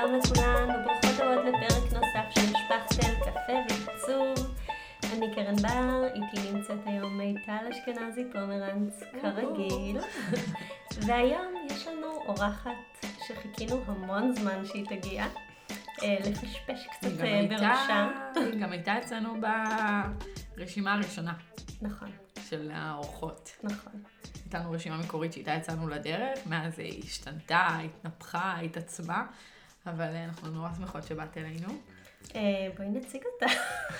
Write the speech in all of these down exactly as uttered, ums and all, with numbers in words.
שלום לכולן וברוכות הבאות לפרק נוסף של שפכטל, קפה ועיצוב. אני קרן בר, איתי נמצאת היום מיטל אשכנזי פומרנץ כרגיל. והיום יש לנו אורחת שחיכינו המון זמן שהיא תגיע, לפשפש קצת בראשה. היא גם הייתה אצלנו ברשימה הראשונה. נכון. של האורחות. נכון. הייתה לנו רשימה מקורית שהייתה אצלנו לדרך, מאז היא השתנתה, התנפחה, התעצמה, אבל אנחנו נורא שמחות שבאת אלינו. בואי נציג אותה.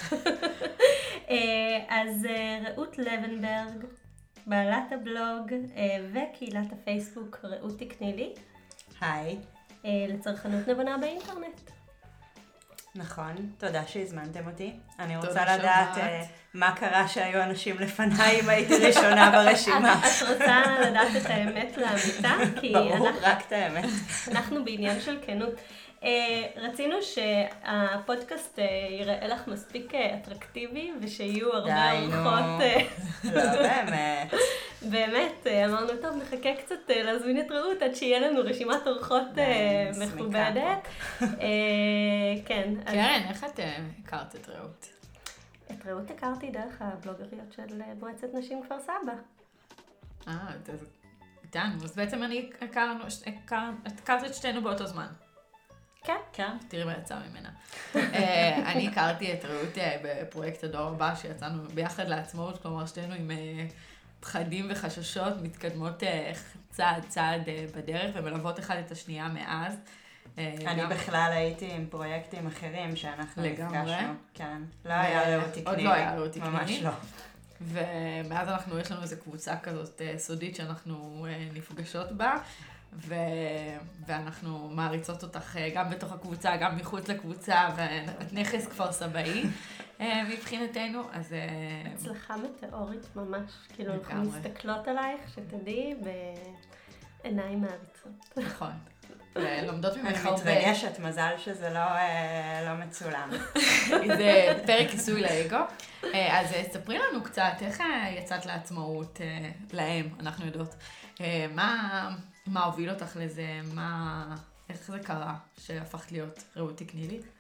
אז רעות לבנברג, בעלת הבלוג וקהילת הפייסבוק רעות תקני לי. היי. לצרכנות נבונה באינטרנט. נכון, תודה שהזמנתם אותי. אני רוצה לדעת מה קרה שהיו אנשים לפניי אם הייתי ראשונה ברשימה. את רוצה לדעת את האמת לאמיתה? ברור, רק את האמת. אנחנו בעניין של כנות. רצינו שהפודקאסט ייראה לך מספיק אטרקטיבי ושיהיו הרבה אורחות. לא, באמת. באמת, אמרנו, טוב, נחכה קצת להזמין את רעות עד שיהיה לנו רשימת אורחות מכובדת. כן. קרן, איך את הכרת את רעות? את רעות הכרתי דרך הבלוגריות של מועצת נשים כפר סבא. אה, איתנו. אז בעצם אני הכרתי את שתינו באותו זמן. כן. כן, תראי מה יצא ממנה. אני הכרתי את רעות בפרויקט הדור הבא שיצאנו ביחד לעצמאות, כלומר שתינו עם פחדים וחששות מתקדמות צעד צעד בדרך ומלוות אחד את השנייה מאז. אני בכלל הייתי עם פרויקטים אחרים שאנחנו נפגשנו. כן. לא היה רעות תקני. עוד לא היה רעות תקני. ממש לא. ומאז אנחנו, יש לנו איזו קבוצה כזאת סודית שאנחנו נפגשות בה. ו... ואנחנו מעריצות אותך גם בתוך הקבוצה, גם מחוץ לקבוצה, ואת נכס כפר סבאי מבחינתנו, אז... הצלחה מטאורית ממש, כאילו אנחנו מסתכלות עלייך, שתדעי, בעיניים מעריצות. נכון. ולומדות ממך הרבה. אני מתרגשת, מזל שזה לא, לא מצולם. זה פרק כיסוי לאגו. אז ספרי לנו קצת, איך יצאת לעצמאות להם, אנחנו יודעות. מה... מה הוביל אותך לזה? מה... איך זה קרה שהפכת להיות רעות תקני לי?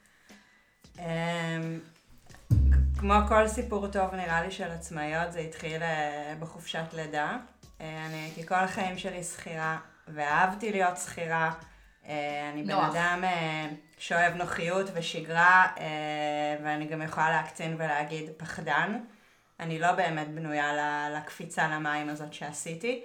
כמו כל סיפור טוב נראה לי של עצמאיות, זה התחיל בחופשת לידה. אני הייתי כל החיים שלי שכירה, ואהבתי להיות שכירה. אני בן אדם שאוהב נוחיות ושגרה, ואני גם יכולה להקצין ולהגיד פחדן. אני לא באמת בנויה לקפיצה למים הזאת שעשיתי.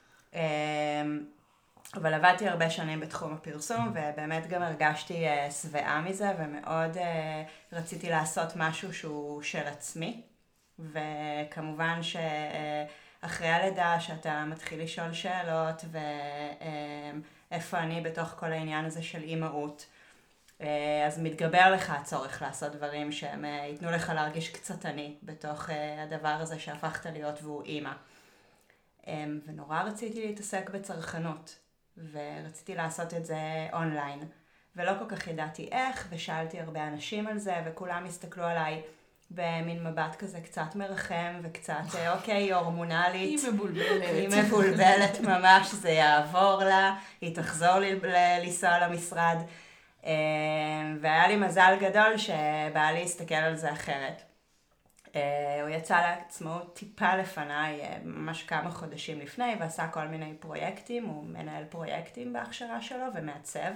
אבל עבדתי הרבה שנים בתחום הפרסום, ובאמת גם הרגשתי uh, שבעה מזה, ומאוד uh, רציתי לעשות משהו שהוא של עצמי. וכמובן שאחרי uh, הלידה, שאתה מתחיל לשאול שאלות, ואיפה uh, אני בתוך כל העניין הזה של אימהות, uh, אז מתגבר לך הצורך לעשות דברים שהם uh, ייתנו לך להרגיש קצת אני, בתוך uh, הדבר הזה שהפכת להיות והוא אימא. Um, ונורא רציתי להתעסק בצרכנות. ורציתי לעשות את זה אונליין, ולא כל כך ידעתי איך, ושאלתי הרבה אנשים על זה, וכולם הסתכלו עליי במין מבט כזה קצת מרחם, וקצת, אוקיי, היא הורמונלית. היא מבולבלת. היא מבולבלת ממש, זה יעבור לה, היא תחזור לנסוע למשרד. והיה לי מזל גדול שבעלי הסתכל על זה אחרת. הוא יצא לעצמאות טיפה לפניי, ממש כמה חודשים לפני, ועשה כל מיני פרויקטים, הוא מנהל פרויקטים בהכשרה שלו ומעצב.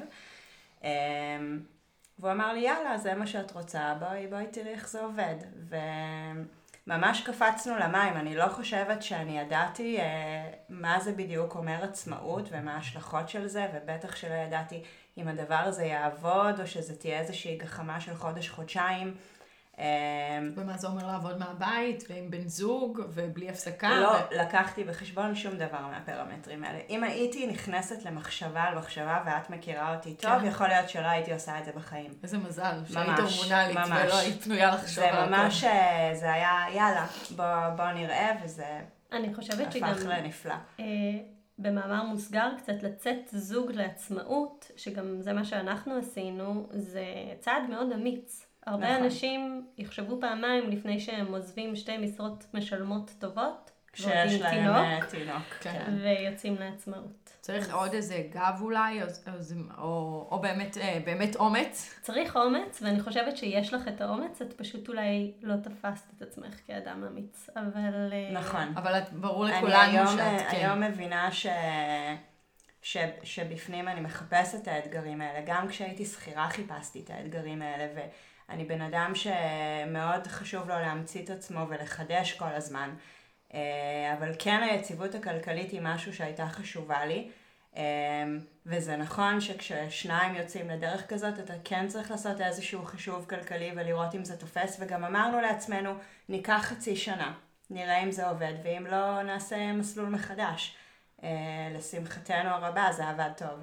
והוא אמר לי, יאללה, זה מה שאת רוצה, בואי, בואי תראי איך זה עובד. וממש קפצנו למים, אני לא חושבת שאני ידעתי מה זה בדיוק אומר עצמאות ומה ההשלכות של זה, ובטח שלא ידעתי אם הדבר הזה יעבוד, או שזה תהיה איזושהי גחמה של חודש-חודשיים. ומה זה אומר לעבוד מהבית, ועם בן זוג, ובלי הפסקה? לא, לקחתי בחשבון שום דבר מהפרמטרים האלה. אם הייתי נכנסת למחשבה על מחשבה, ואת מכירה אותי טוב, יכול להיות שלא הייתי עושה את זה בחיים. איזה מזל, שהיית הורמונלית, ולא היית פנויה לחשוב על הכל. זה ממש, זה היה, יאללה, בוא נראה, וזה הפך לנפלא. במאמר מוסגר קצת לצאת זוג לעצמאות, שגם זה מה שאנחנו עשינו, זה צעד מאוד אמיץ. הרבה נכון. אנשים יחשבו פעמיים לפני שהם עוזבים שתי משרות משלמות טובות, שיש להם תינוק, תינוק. כן. ויוצאים לעצמאות. צריך עוד איזה גב אולי, או, או, או, או באמת, באמת אומץ? צריך אומץ, ואני חושבת שיש לך את האומץ, את פשוט אולי לא תפסת את עצמך כאדם אמיץ, אבל... נכון. אבל את, ברור לכולנו אני היום, שאת, כן. היום מבינה ש... ש... שבפנים אני מחפשת את האתגרים האלה. גם כשהייתי שכירה חיפשתי את האתגרים האלה, ואני בן אדם שמאוד חשוב לו להמציא את עצמו ולחדש כל הזמן. אבל כן היציבות הכלכלית היא משהו שהייתה חשובה לי, וזה נכון שכששניים יוצאים לדרך כזאת, אתה כן צריך לעשות איזשהו חישוב כלכלי ולראות אם זה תופס, וגם אמרנו לעצמנו, ניקח חצי שנה, נראה אם זה עובד, ואם לא נעשה מסלול מחדש. לשמחתנו הרבה, זה עבד טוב.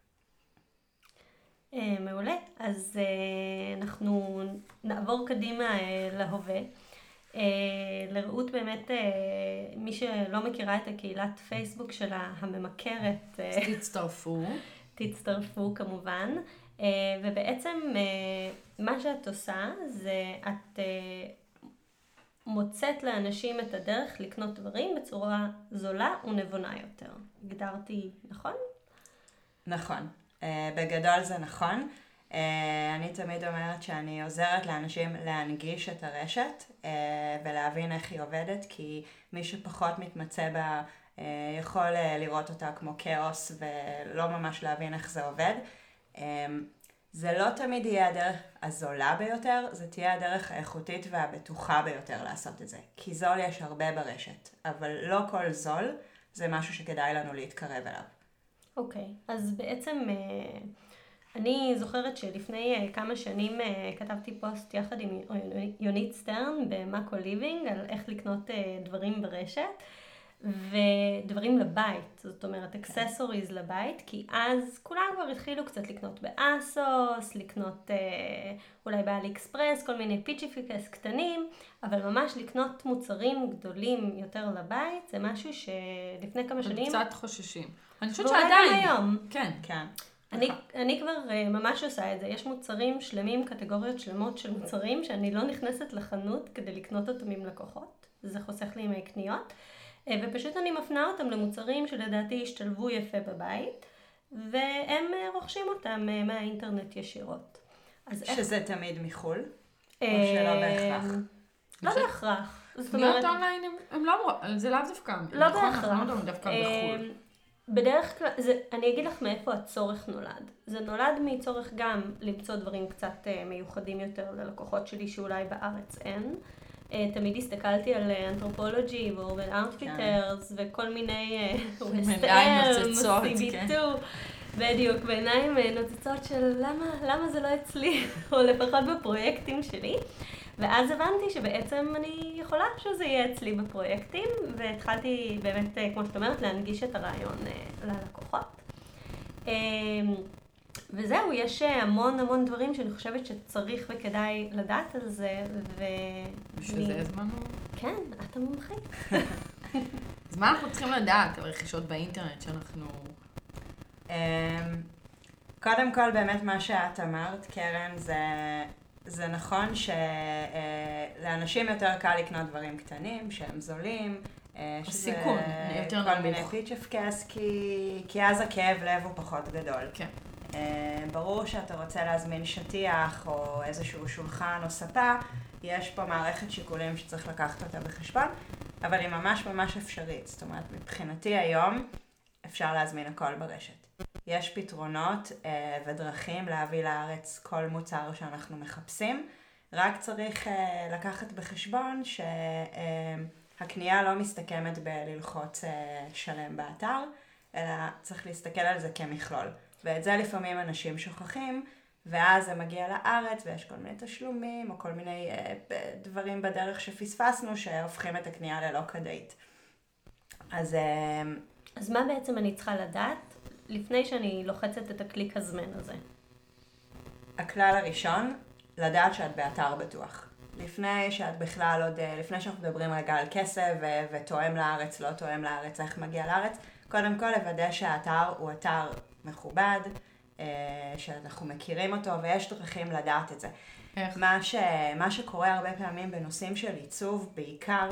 מעולה, אז אנחנו נעבור קדימה להווה. לראות באמת, מי שלא מכירה את הקהילת פייסבוק שלה, הממכרת, תצטרפו. תצטרפו כמובן, ובעצם מה שאת עושה זה את מוצאת לאנשים את הדרך לקנות דברים בצורה זולה ונבונה יותר. הגדרתי נכון? נכון. בגדול זה נכון. אני תמיד אומרת שאני עוזרת לאנשים להנגיש את הרשת ולהבין איך היא עובדת, כי מי שפחות מתמצא בה יכול לראות אותה כמו כאוס ולא ממש להבין איך זה עובד. זה לא תמיד יהיה הדרך הזולה ביותר, זה תהיה הדרך האיכותית והבטוחה ביותר לעשות את זה. כי זול יש הרבה ברשת, אבל לא כל זול זה משהו שכדאי לנו להתקרב אליו. אוקיי, okay, אז בעצם אני זוכרת שלפני כמה שנים כתבתי פוסט יחד עם יונית סטרן במאקו ליבינג על איך לקנות דברים ברשת. ודברים לבית, זאת אומרת, אקססוריז לבית, כי אז כולם כבר התחילו קצת לקנות באסוס, לקנות אה, אולי באלי אקספרס, כל מיני פיצ'יפיקס קטנים, אבל ממש לקנות מוצרים גדולים יותר לבית, זה משהו שלפני כמה שנים... קצת חוששים. אני חושבת שעדיין... שעדיין. היום. כן. כן. אני, אני כבר uh, ממש עושה את זה. יש מוצרים שלמים, קטגוריות שלמות של מוצרים, שאני לא נכנסת לחנות כדי לקנות אותם עם לקוחות. זה חוסך לי עם הקניות. ופשוט אני מפנה אותם למוצרים שלדעתי השתלבו יפה בבית, והם רוכשים אותם מהאינטרנט ישירות. שזה איך... תמיד מחול? או שלא בהכרח? לא בהכרח. קניות אונליין הם לא אמרו, זה לאו דווקא. לא בהכרח. אנחנו לא דווקא בחול. בדרך כלל, זה, אני אגיד לך מאיפה הצורך נולד. זה נולד מצורך גם למצוא דברים קצת מיוחדים יותר ללקוחות שלי שאולי בארץ אין. תמיד הסתכלתי על אנתרופולוגי ואורבן אאוטפיטרס וכל מיני ווסטרן, סי בי טו, בדיוק, בעיניים נוצצות של למה, למה זה לא אצלי, או לפחות בפרויקטים שלי. ואז הבנתי שבעצם אני יכולה שזה יהיה אצלי בפרויקטים, והתחלתי באמת, כמו שאת אומרת, להנגיש את הרעיון ללקוחות. וזהו, יש המון המון דברים שאני חושבת שצריך וכדאי לדעת על זה, ו... בשביל זה הזמנו? כן, את המומחית. אז מה אנחנו צריכים לדעת על רכישות באינטרנט שאנחנו... קודם כל, באמת מה שאת אמרת, קרן, זה, זה נכון שלאנשים יותר קל לקנות דברים קטנים, שהם זולים, הסיכון יותר נמוך. כל מיני פיצ'פקס, כי, כי אז הכאב לב הוא פחות גדול. כן. ברור שאתה רוצה להזמין שטיח או איזשהו שולחן או ספה, יש פה מערכת שיקולים שצריך לקחת אותה בחשבון, אבל היא ממש ממש אפשרית. זאת אומרת, מבחינתי היום אפשר להזמין הכל ברשת. יש פתרונות אה, ודרכים להביא לארץ כל מוצר שאנחנו מחפשים, רק צריך אה, לקחת בחשבון שהקנייה אה, לא מסתכמת בללחוץ אה, שלם באתר, אלא צריך להסתכל על זה כמכלול. ואת זה לפעמים אנשים שוכחים, ואז זה מגיע לארץ ויש כל מיני תשלומים או כל מיני אה, דברים בדרך שפספסנו שהופכים את הקנייה ללא כדאית. אז... אה, אז מה בעצם אני צריכה לדעת לפני שאני לוחצת את הקליק הזמן הזה? הכלל הראשון, לדעת שאת באתר בטוח. לפני שאת בכלל עוד, לפני שאנחנו מדברים רגע על כסף ו- ותואם לארץ, לא תואם לארץ, איך מגיע לארץ, קודם כל לוודא שהאתר הוא אתר מכובד, שאנחנו מכירים אותו ויש דרכים לדעת את זה. איך? מה, ש- מה שקורה הרבה פעמים בנושאים של עיצוב בעיקר,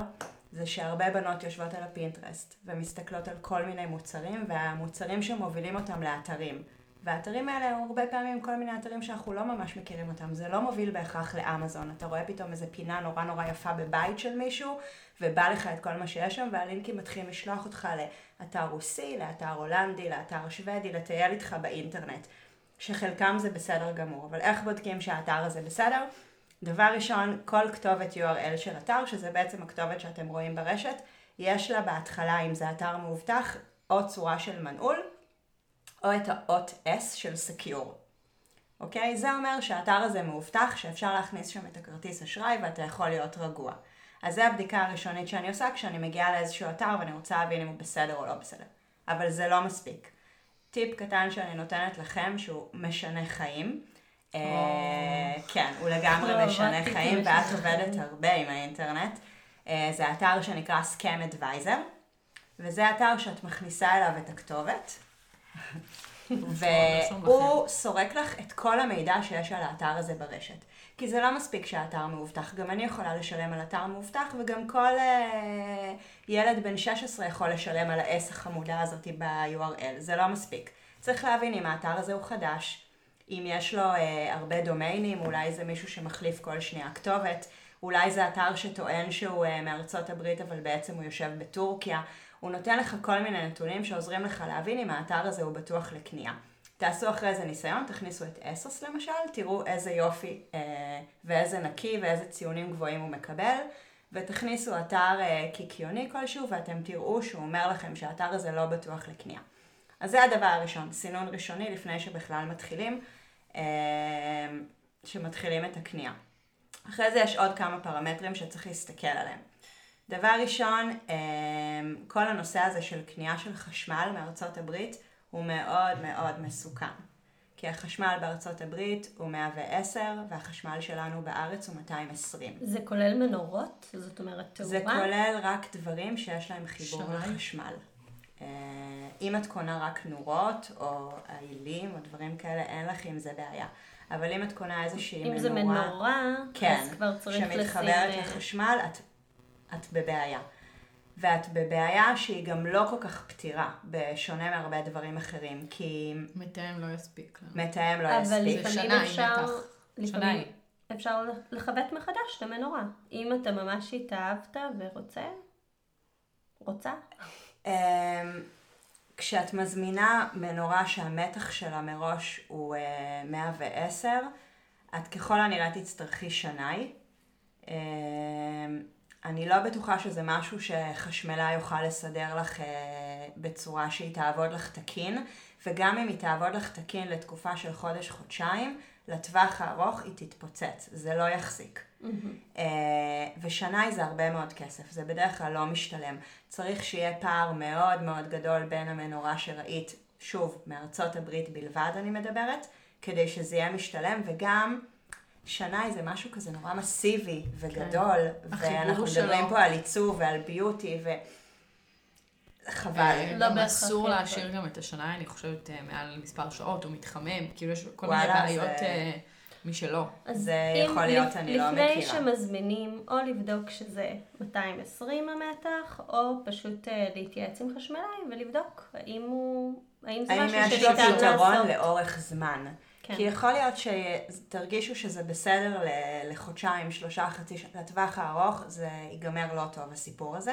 זה שהרבה בנות יושבות על הפינטרסט ומסתכלות על כל מיני מוצרים, והמוצרים שמובילים אותם לאתרים. והאתרים האלה הם הרבה פעמים כל מיני אתרים שאנחנו לא ממש מכירים אותם. זה לא מוביל בהכרח לאמזון. אתה רואה פתאום איזה פינה נורא נורא יפה בבית של מישהו, ובא לך את כל מה שיש שם, והלינקים מתחילים לשלוח אותך לאתר רוסי, לאתר הולנדי, לאתר שוודי, לטייל איתך באינטרנט. שחלקם זה בסדר גמור. אבל איך בודקים שהאתר הזה בסדר? דבר ראשון, כל כתובת יו אר אל של אתר, שזה בעצם הכתובת שאתם רואים ברשת, יש לה בהתחלה, אם זה אתר מאובטח, או צורה של מנעול, או את האות S של Secure. אוקיי? זה אומר שהאתר הזה מאובטח, שאפשר להכניס שם את הכרטיס אשראי, ואתה יכול להיות רגוע. אז זה הבדיקה הראשונית שאני עושה, כשאני מגיעה לאיזשהו אתר, ואני רוצה להבין אם הוא בסדר או לא בסדר. אבל זה לא מספיק. טיפ קטן שאני נותנת לכם, שהוא משנה חיים. כן, הוא לגמרי משנה חיים, ואת עובדת הרבה עם האינטרנט. זה אתר שנקרא Scam Advisor, וזה אתר שאת מכניסה אליו את הכתובת, והוא סורק לך את כל המידע שיש על האתר הזה ברשת. כי זה לא מספיק שהאתר מאובטח, גם אני יכולה לשלם על אתר מאובטח, וגם כל ילד בן שש עשרה יכול לשלם על ה-S החמודה הזאת ב-יו אר אל. זה לא מספיק. צריך להבין אם האתר הזה הוא חדש, אם יש לו אה, הרבה דומיינים, אולי זה מישהו שמחליף כל שנייה כתובת, אולי זה אתר שטוען שהוא אה, מארצות הברית, אבל בעצם הוא יושב בטורקיה. הוא נותן לך כל מיני נתונים שעוזרים לך להבין אם האתר הזה הוא בטוח לקנייה. תעשו אחרי זה ניסיון, תכניסו את אסוס למשל, תראו איזה יופי אה, ואיזה נקי ואיזה ציונים גבוהים הוא מקבל, ותכניסו אתר אה, קיקיוני כלשהו, ואתם תראו שהוא אומר לכם שהאתר הזה לא בטוח לקנייה. אז זה הדבר הראשון, סינון ראשוני לפני שבכלל מתחילים, שמתחילים את הקנייה. אחרי זה יש עוד כמה פרמטרים שצריך להסתכל עליהם. דבר ראשון, כל הנושא הזה של קנייה של חשמל מארצות הברית הוא מאוד מאוד מסוכן. כי החשמל בארצות הברית הוא מאה ועשר, והחשמל שלנו בארץ הוא מאתיים ועשרים. זה כולל מנורות? זאת אומרת תאורה? זה כולל רק דברים שיש להם חיבור לחשמל. אם את קונה רק נורות או העילים או דברים כאלה, אין לך עם זה בעיה. אבל אם את קונה איזושהי מנורה... אם זה מנורה, כן, אז כבר צריך לשים... שמתחברת לחשמל, את, את בבעיה. ואת בבעיה שהיא גם לא כל כך פתירה, בשונה מהרבה דברים אחרים, כי... מתאם לא יספיק. מתאם לא אבל יספיק. לפעמים שנה, אפשר... לפעמים לפעמים אפשר לכוות מחדש את המנורה. אם אתה ממש התאהבת ורוצה, רוצה. כשאת מזמינה מנורה שהמתח שלה מראש הוא מאה ועשר, את ככל הנראה תצטרכי שנאי. אני לא בטוחה שזה משהו שחשמלה יוכל לסדר לך בצורה שהיא תעבוד לך תקין, וגם אם היא תעבוד לך תקין לתקופה של חודש-חודשיים, לטווח הארוך היא תתפוצץ, זה לא יחזיק. Mm-hmm. ושנאי זה הרבה מאוד כסף, זה בדרך כלל לא משתלם. צריך שיהיה פער מאוד מאוד גדול בין המנורה שראית, שוב, מארצות הברית בלבד אני מדברת, כדי שזה יהיה משתלם, וגם שנאי זה משהו כזה נורא מסיבי וגדול, כן. ואנחנו מדברים פה על עיצוב ועל ביוטי, ו... חבל. גם אסור להשאיר גם את השנאי, אני חושבת, מעל מספר שעות, הוא מתחמם, כאילו יש כל מיני בעיות משלו. זה יכול להיות, אני לא מכירה. לפני שמזמינים, או לבדוק שזה מאתיים ועשרים המתח, או פשוט להתייעץ עם חשמלאי ולבדוק האם הוא, האם זה משהו שניתן לעשות. האם יש לו פתרון לאורך זמן. כי יכול להיות שתרגישו שזה בסדר לחודשיים, שלושה, חצי, לטווח הארוך, זה ייגמר לא טוב הסיפור הזה.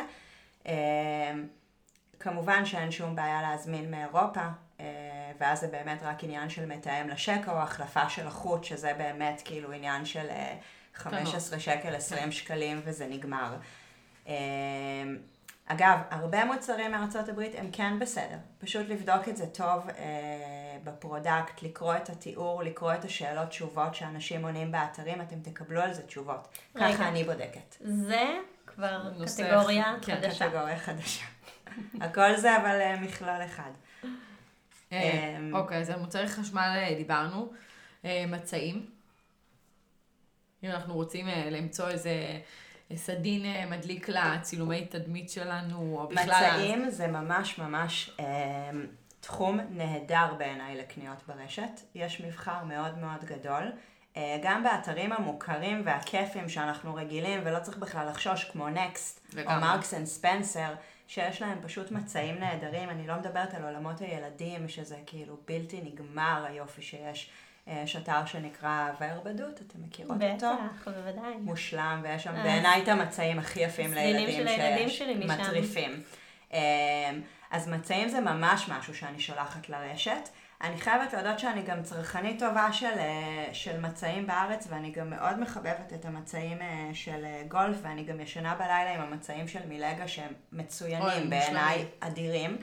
כמובן שאין שום בעיה להזמין מאירופה, ואז זה באמת רק עניין של מתאם לשקע או החלפה של החוט, שזה באמת כאילו עניין של חמש עשרה שקל, עשרים שקלים, וזה נגמר. אגב, הרבה מוצרים מארצות הברית הם כן בסדר. פשוט לבדוק את זה טוב בפרודקט, לקרוא את התיאור, לקרוא את השאלות תשובות שאנשים עונים באתרים, אתם תקבלו על זה תשובות. ככה אני בודקת. זה כבר קטגוריה חדשה. קטגוריה חדשה. הכל זה, אבל מכלול אחד. אוקיי, אז על מוצרי חשמל דיברנו. מצעים. אם אנחנו רוצים למצוא איזה סדין מדליק לצילומי תדמית שלנו, או בכלל... מצעים זה ממש ממש תחום נהדר בעיניי לקניות ברשת. יש מבחר מאוד מאוד גדול. גם באתרים המוכרים והכיפים שאנחנו רגילים, ולא צריך בכלל לחשוש כמו נקסט, או מרקס אנד ספנסר, שיש להם פשוט מצעים נהדרים. אני לא מדברת על עולמות הילדים, שזה כאילו בלתי נגמר היופי שיש. יש אתר שנקרא ורבדות, אתם מכירות אותו? בטח, בוודאי. מושלם, ויש שם בעיניי את המצעים הכי יפים לילדים שיש, מטריפים. אז מצעים זה ממש משהו שאני שולחת לרשת. אני חייבת להודות שאני גם צרכנית טובה של, של מצעים בארץ, ואני גם מאוד מחבבת את המצעים של גולף, ואני גם ישנה בלילה עם המצעים של מילגה שהם מצוינים בעיניי אדירים.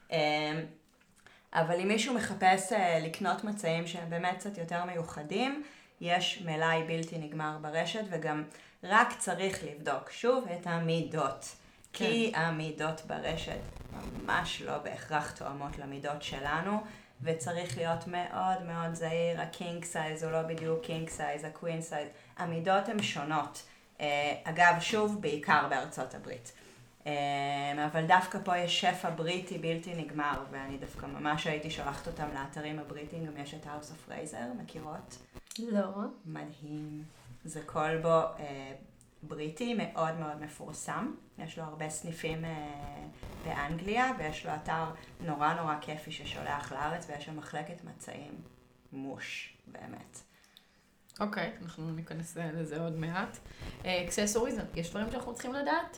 אבל אם מישהו מחפש לקנות מצעים שהם באמת קצת יותר מיוחדים, יש מלאי בלתי נגמר ברשת, וגם רק צריך לבדוק שוב את המידות. כן. כי המידות ברשת ממש לא בהכרח תואמות למידות שלנו, וצריך להיות מאוד מאוד זהיר. הקינג סייז הוא לא בדיוק קינג סייז, הקווין סייז. המידות הן שונות. אגב, שוב, בעיקר בארצות הברית. אבל דווקא פה יש שפע בריטי בלתי נגמר, ואני דווקא ממש הייתי שולחת אותם לאתרים הבריטיים. גם יש את House of Fraser, מכירות? לא. מדהים. זה כל בו אה, בריטי מאוד מאוד מפורסם. יש לו הרבה סניפים אה, באנגליה, ויש לו אתר נורא נורא כיפי ששולח לארץ, ויש שם מחלקת מצעים מוש, באמת. אוקיי, okay, אנחנו ניכנס לזה עוד מעט. אקססוריז, יש דברים שאנחנו צריכים לדעת?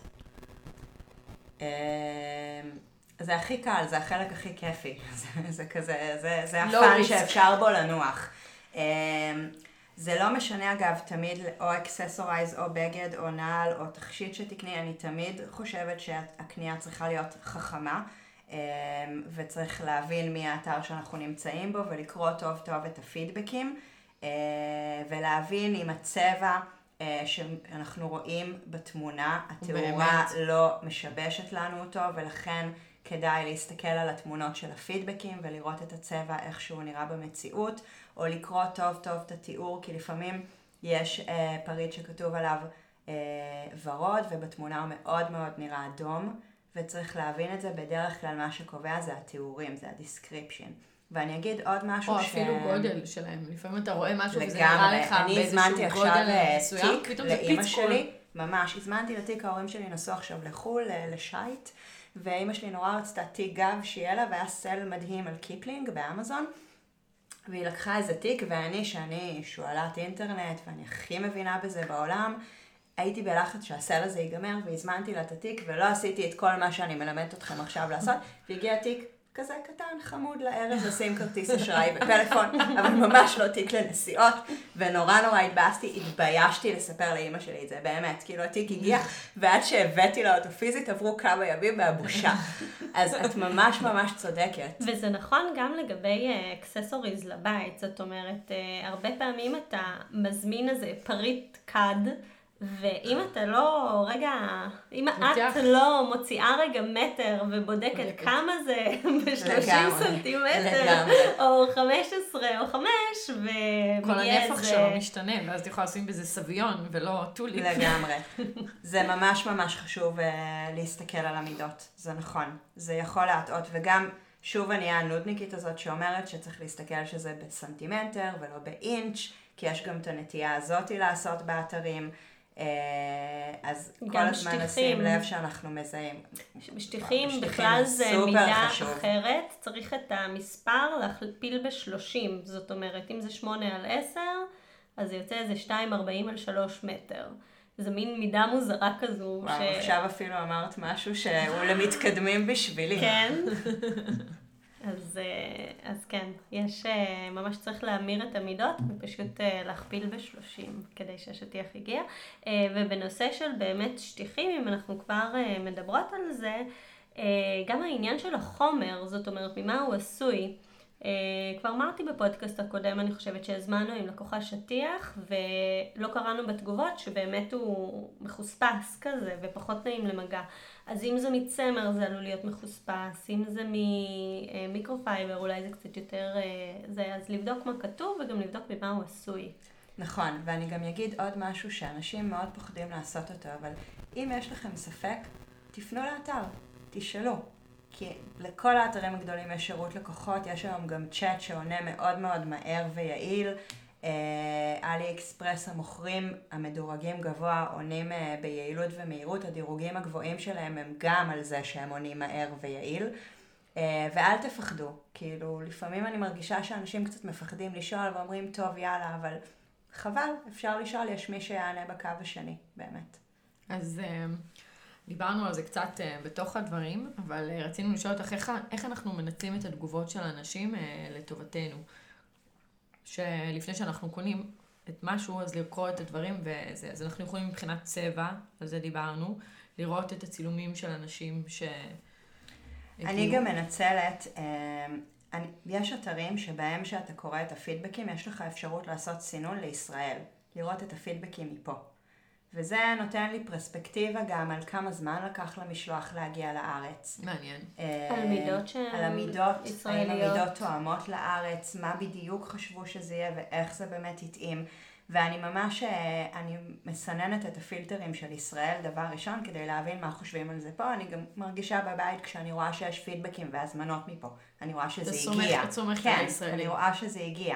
זה הכי קל, זה החלק הכי כיפי. זה, זה כזה, זה, זה הפן שאפשר בו לנוח. זה לא משנה אגב, תמיד או אקססורייז או בגד או נעל או תכשיט שתקני, אני תמיד חושבת שהקנייה צריכה להיות חכמה, וצריך להבין מי האתר שאנחנו נמצאים בו ולקרוא טוב טוב את הפידבקים, ולהבין אם הצבע שאנחנו רואים בתמונה, התאורה לא משבשת לנו אותו, ולכן כדאי להסתכל על התמונות של הפידבקים ולראות את הצבע איך שהוא נראה במציאות, או לקרוא טוב טוב את התיאור, כי לפעמים יש אה, פריט שכתוב עליו אה, ורוד, ובתמונה הוא מאוד מאוד נראה אדום, וצריך להבין את זה. בדרך כלל מה שקובע זה התיאורים, זה הדיסקריפשן. ואני אגיד עוד משהו או ש... או אפילו גודל שלהם. לפעמים אתה רואה משהו לגמרי. וזה נראה לך באיזשהו גודל מסוים, פתאום זה לאמא שלי. ממש, הזמנתי לתיק, ההורים שלי נסעו עכשיו לחול, לשייט, ואמא שלי נורא רצתה תיק גב שיהיה לה, והיה סל מדהים על קיפלינג באמזון, והיא לקחה איזה תיק, ואני, שאני שואלת אינטרנט, ואני הכי מבינה בזה בעולם, הייתי בלחץ שהסל הזה ייגמר, והזמנתי לה את התיק, ולא עשיתי את כל מה שאני מלמדת אתכם עכשיו לעשות, והגיע תיק כזה קטן, חמוד לערב, לשים כרטיס אשראי ופלאפון, אבל ממש לא תיק לנסיעות, ונורא נורא התבאסתי, התביישתי לספר לאמא שלי את זה, באמת, כאילו התיק הגיע, ועד שהבאתי לה אותו פיזית, עברו כמה ימים מהבושה. אז את ממש ממש צודקת. וזה נכון גם לגבי אקססוריז לבית, זאת אומרת, הרבה פעמים אתה מזמין איזה פריט קד, ואם אתה לא, רגע, אם את לא מוציאה רגע מטר ובודקת כמה זה ב-שלושים סנטימטר, או חמש עשרה או חמש, ומגיע כל הנפח שלו משתנה, ואז אתה יכולה לשים בזה סביון ולא טוליפ. לגמרי. זה ממש ממש חשוב להסתכל על המידות, זה נכון. זה יכול להטעות, וגם, שוב אני הנודניקית הזאת שאומרת שצריך להסתכל שזה בסנטימטר ולא באינץ', כי יש גם את הנטייה הזאת לעשות באתרים. אז כל הזמן נשים לב שאנחנו מזהים. בשטיחים בכלל זה מידה אחרת, צריך את המספר להכפיל ב-שלושים, זאת אומרת אם זה שמונה על עשר, אז זה יוצא איזה שתיים ארבעים על שלוש מטר. זה מין מידה מוזרה כזו. וואו, ש... עכשיו אפילו אמרת משהו שהוא למתקדמים בשבילי. כן. אז, אז כן, יש, ממש צריך להמיר את המידות ופשוט להכפיל בשלושים כדי שהשטיח יגיע. ובנושא של באמת שטיחים, אם אנחנו כבר מדברות על זה, גם העניין של החומר, זאת אומרת, ממה הוא עשוי. כבר אמרתי בפודקאסט הקודם, אני חושבת שהזמנו עם לקוחה שטיח, ולא קראנו בתגובות שבאמת הוא מחוספס כזה ופחות נעים למגע. אז אם זה מצמר זה עלול להיות מחוספס, אם זה ממיקרופייבר אולי זה קצת יותר זה, אז לבדוק מה כתוב וגם לבדוק במה הוא עשוי. נכון, ואני גם אגיד עוד משהו שאנשים מאוד פוחדים לעשות אותו, אבל אם יש לכם ספק, תפנו לאתר, תשאלו. כי לכל האתרים הגדולים יש שירות לקוחות, יש היום גם צ'אט שעונה מאוד מאוד מהר ויעיל, אלי אקספרס המוכרים המדורגים גבוה עונים ביעילות ומהירות, הדירוגים הגבוהים שלהם הם גם על זה שהם עונים מהר ויעיל. ואל תפחדו, כאילו לפעמים אני מרגישה שאנשים קצת מפחדים לשאול ואומרים טוב יאללה, אבל חבל, אפשר לשאול, יש מי שיענה בקו השני, באמת. אז דיברנו על זה קצת בתוך הדברים, אבל רצינו לשאול אותך איך, איך אנחנו מנצלים את התגובות של האנשים לטובתנו. שלפני שאנחנו קונים את משהו, אז לקרוא את הדברים וזה. אז אנחנו יכולים מבחינת צבע, על זה דיברנו, לראות את הצילומים של אנשים ש... אני גם מנצלת, אני, יש אתרים שבהם שאתה קורא את הפידבקים, יש לך אפשרות לעשות סינון לישראל, לראות את הפידבקים מפה. וזה נותן לי פרספקטיבה גם על כמה זמן לקח למשלוח להגיע לארץ. מעניין. על מידות שהן על המידות, ישראליות. האם המידות תואמות לארץ, מה בדיוק חשבו שזה יהיה ואיך זה באמת יתאים. ואני ממש, אני מסננת את הפילטרים של ישראל דבר ראשון כדי להבין מה חושבים על זה פה. אני גם מרגישה בבית כשאני רואה שיש פידבקים והזמנות מפה. אני רואה שזה הגיע. אתה סומכת כן, על ישראלים. אני רואה שזה הגיע.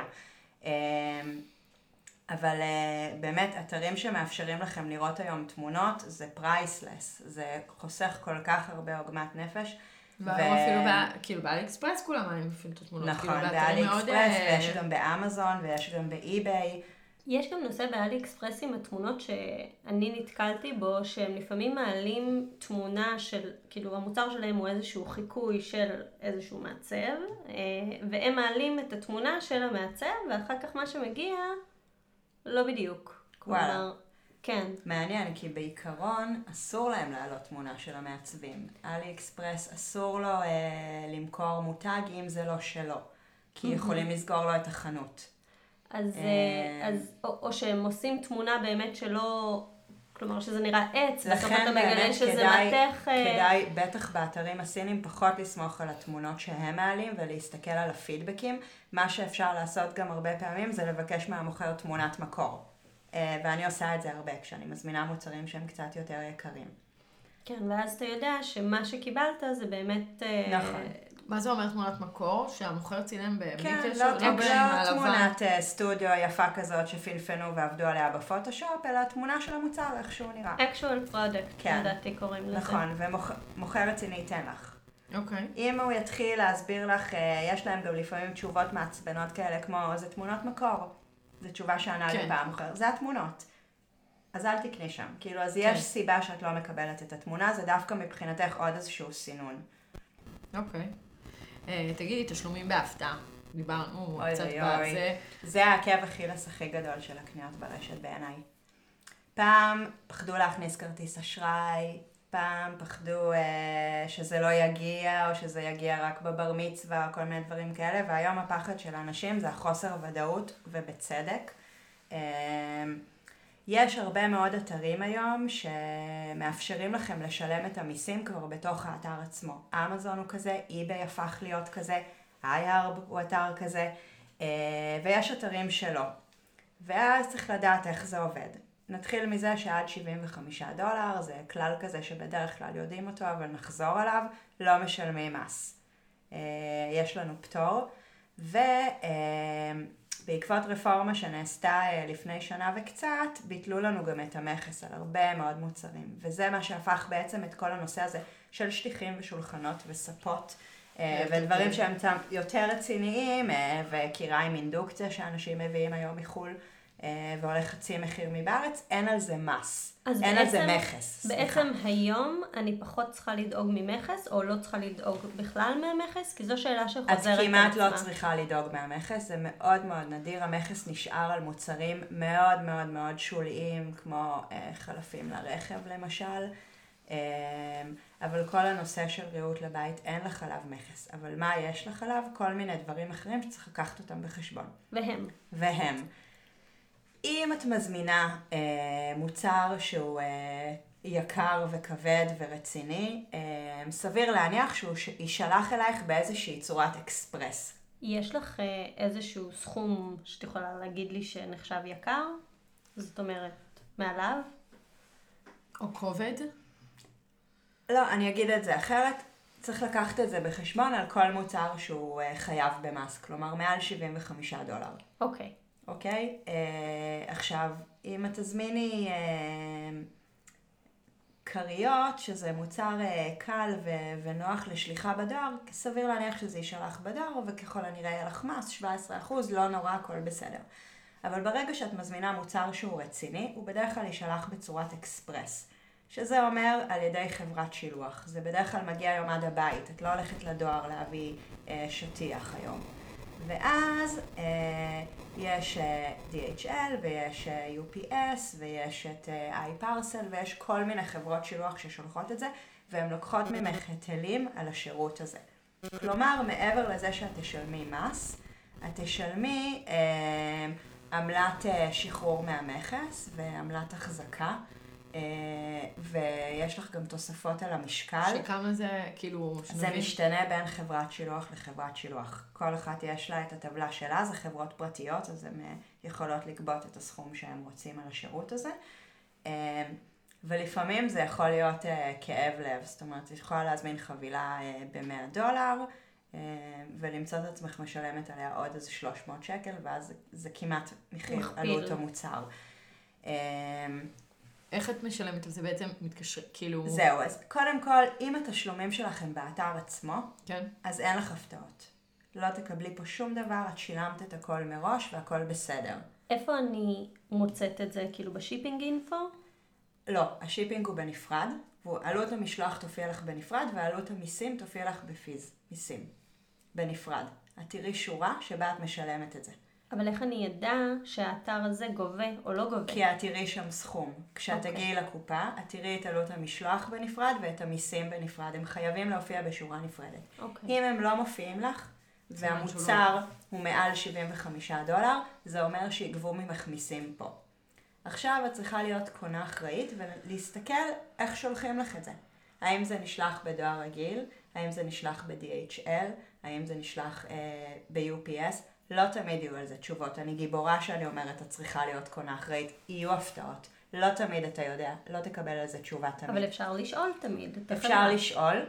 אבל באמת, אתרים שמאפשרים לכם לראות היום תמונות, זה פרייסלס. זה חוסך כל כך הרבה עוגמת נפש. ואפילו כאילו באלי אקספרס כולם מעלים אפילו את התמונות. נכון, באלי אקספרס, ויש גם באמזון, ויש גם באי-ביי. יש גם נושא באלי אקספרס עם התמונות שאני נתקלתי בו, שהם לפעמים מעלים תמונה של, כאילו המוצר שלהם הוא איזשהו חיקוי של איזשהו מעצב, והם מעלים את התמונה של המעצב, ואחר כך מה שמגיע, לא בדיוק. וואלה. כלומר, כן. מעניין, כי בעיקרון אסור להם להעלות תמונה של המעצבים. אלי אקספרס אסור לו אה, למכור מותג אם זה לא שלו, כי יכולים לסגור לו את החנות. אז, אז או, או שהם עושים תמונה באמת שלא, כלומר שזה נראה עץ, בסוף אתה מגלה שזה כדאי, מתך. כדאי, בטח באתרים הסינים, פחות לסמוך על התמונות שהם מעלים ולהסתכל על הפידבקים. מה שאפשר לעשות גם הרבה פעמים זה לבקש מהמוכר תמונת מקור. ואני עושה את זה הרבה כשאני מזמינה מוצרים שהם קצת יותר יקרים. כן, ואז אתה יודע שמה שקיבלת זה באמת... נכון. מה זה אומר תמונת מקור? שהמוכר צילם בלי כן, קשר? לא, לא תמונת סטודיו יפה כזאת שפילפנו ועבדו עליה בפוטושופ, אלא תמונה של המוצר, איך שהוא נראה. actual product, כן. לדעתי קוראים לזה. נכון, ומוכר רציני ייתן לך. אוקיי. אם הוא יתחיל להסביר לך, יש להם גם לפעמים תשובות מעצבנות כאלה, כמו זה תמונות מקור. זו תשובה שענה לי פעם אחר. זה התמונות. אז אל תקני שם. כאילו, אז יש סיבה שאת לא מקבלת את התמונה, זה דווקא מבחינתך עוד איזשהו סינון. אוקיי. תגידי, תשלומים בהפתעה. דיברנו קצת בזה. בזה. זה העקב אכילס הכי גדול של הקניות ברשת בעיניי. פעם פחדו להכניס כרטיס אשראי, פעם פחדו אה, שזה לא יגיע, או שזה יגיע רק בבר מצווה, או כל מיני דברים כאלה, והיום הפחד של האנשים זה החוסר ודאות, ובצדק. אה, יש הרבה מאוד אתרים היום שמאפשרים לכם לשלם את המיסים כבר בתוך האתר עצמו. אמזון הוא כזה, אי-ביי הפך להיות כזה, איי-הרב הוא אתר כזה, ויש אתרים שלא. ואז צריך לדעת איך זה עובד. נתחיל מזה שעד שבעים וחמישה דולר, זה כלל כזה שבדרך כלל יודעים אותו, אבל נחזור עליו, לא משלמים מס. יש לנו פטור, ו... בעקבות רפורמה שנעשתה לפני שנה וקצת, ביטלו לנו גם את המכס על הרבה מאוד מוצרים. וזה מה שהפך בעצם את כל הנושא הזה של שטיחים ושולחנות וספות, ודברים שהם יותר רציניים, וקיריים אינדוקציה שאנשים מביאים היום מחול, והולך חצי מחיר מבארץ, אין על זה מס, אין בעצם, על זה מכס. בעצם סליחה. היום אני פחות צריכה לדאוג ממכס, או לא צריכה לדאוג בכלל מהמכס, כי זו שאלה שחוזרת על עצמה. אז כמעט לא צריכה לדאוג מהמכס, זה מאוד מאוד נדיר, המכס נשאר על מוצרים מאוד מאוד מאוד שוליים, כמו אה, חלפים לרכב למשל, אה, אבל כל הנושא של ריהוט לבית אין לחלב מכס, אבל מה יש לחלב? כל מיני דברים אחרים שצריך לקחת אותם בחשבון. והם. והם. אם את מזמינה אה, מוצר שהוא אה, יקר וכבד ורציני, אה, סביר להניח שהוא יישלח אלייך באיזושהי צורת אקספרס. יש לך אה, איזשהו סכום שאת יכולה להגיד לי שנחשב יקר? זאת אומרת, מעליו? או כובד? לא, אני אגיד את זה אחרת. צריך לקחת את זה בחשבון על כל מוצר שהוא אה, חייב במס, כלומר מעל שבעים וחמישה דולר. אוקיי. אוקיי? אה, עכשיו, אם את תזמיני אה, קריות, שזה מוצר אה, קל ו- ונוח לשליחה בדואר, סביר להניח שזה יישלח בדואר, וככל הנראה יהיה לך מס, שבע עשרה אחוז, לא נורא, הכל בסדר. אבל ברגע שאת מזמינה מוצר שהוא רציני, הוא בדרך כלל יישלח בצורת אקספרס. שזה אומר על ידי חברת שילוח. זה בדרך כלל מגיע היום עד הבית. את לא הולכת לדואר להביא אה, שטיח היום. ואז אה, יש אה, די אייץ' אל ויש אה, יו פי אס ויש את אה, iParcel ויש כל מיני חברות שילוח ששולחות את זה, והן לוקחות ממך היטלים על השירות הזה. כלומר, מעבר לזה שאת תשלמי מס, את תשלמי אה, עמלת אה, שחרור מהמכס ועמלת החזקה, אה, ויש לך גם תוספות על המשקל. שכמה זה, כאילו... זה שנבין? משתנה בין חברת שילוח לחברת שילוח. כל אחת יש לה את הטבלה שלה, זה חברות פרטיות, אז הן אה, יכולות לגבות את הסכום שהם רוצים על השירות הזה. אה, ולפעמים זה יכול להיות אה, כאב לב, זאת אומרת, את יכולה להזמין חבילה אה, ב-מאה דולר, ולמצוא את עצמך משלמת עליה עוד איזה שלוש מאות שקל, ואז זה כמעט מחיר עלות המוצר. איך את משלמת? זה בעצם מתקשר, כאילו... זהו, אז קודם כל, אם התשלומים שלכם באתר עצמו, כן. אז אין לך הפתעות. לא תקבלי פה שום דבר, את שילמת את הכל מראש והכל בסדר. איפה אני מוצאת את זה? כאילו בשיפינג אינפו? לא, השיפינג הוא בנפרד, ועלות המשלוח תופיע לך בנפרד, ועלות המיסים תופיע לך בפיז, מיסים, בנפרד. את תראי שורה שבה את משלמת את זה. אבל איך אני ידע שהאתר הזה גובה או לא גובה? כי את תראי שם סכום. כשאת okay. תגיעי לקופה, את תראי את עלות המשלוח בנפרד ואת המיסים בנפרד. הם חייבים להופיע בשורה נפרדת. Okay. אם הם לא מופיעים לך, והמוצר הוא מעל שבעים וחמישה דולר, זה אומר שיגבו ממך מיסים פה. עכשיו את צריכה להיות קונה אחראית ולהסתכל איך שולחים לך את זה. האם זה נשלח בדואר רגיל? האם זה נשלח ב-די אייץ' אל? האם זה נשלח אה, ב-יו פי אס? לא תמיד יהיו על זה תשובות. אני גיבורה שאני אומרת, את צריכה להיות קונה אחראית. יהיו הפתעות. לא תמיד אתה יודע. לא תקבל על זה תשובה תמיד. אבל אפשר לשאול תמיד. אפשר לשאול.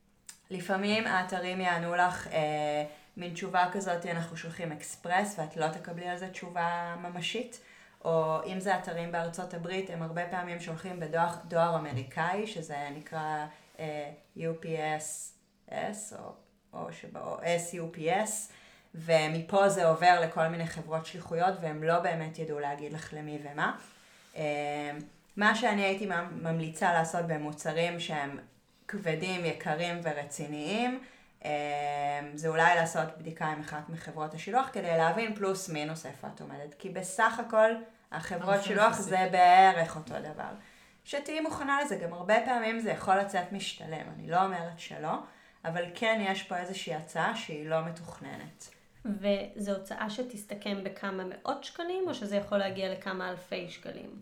לפעמים האתרים יענו לך אה, מין תשובה כזאת, אנחנו שולחים אקספרס, ואת לא תקבלי על זה תשובה ממשית. או אם זה אתרים בארצות הברית, הם הרבה פעמים שולחים בדואר דואר אמריקאי, שזה נקרא אה, יו פי אס אס, או, או, שבא, או אס יו פי אס, ומפה זה עובר לכל מיני חברות שליחויות, והם לא באמת ידעו להגיד לך למי ומה. אה, מה שאני הייתי ממליצה לעשות במוצרים שהם כבדים, יקרים ורציניים, אה, זה אולי לעשות בדיקה עם אחת מחברות השילוח, כדי להבין פלוס מינוס איפה את עומדת. כי בסך הכל, החברות שילוח זה בערך אותו דבר. שתהיי מוכנה לזה, גם הרבה פעמים זה יכול לצאת משתלם, אני לא אומרת שלא, אבל כן יש פה איזושהי הצעה שהיא לא מתוכננת. וזו הוצאה שתסתכם בכמה מאות שקלים, או שזה יכול להגיע לכמה אלפי שקלים?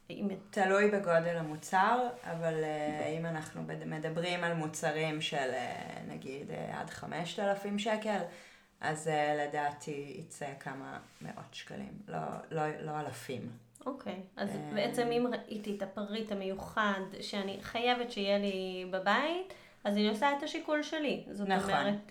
תלוי בגודל המוצר, אבל uh, אם אנחנו מדברים על מוצרים של uh, נגיד uh, עד חמשת אלפים שקל, אז uh, לדעתי יצא כמה מאות שקלים, לא, לא, לא אלפים. אוקיי, okay. אז um, בעצם אם ראיתי את הפריט המיוחד שאני חייבת שיהיה לי בבית, אז אני עושה את השיקול שלי. זאת נכון. אומרת, uh,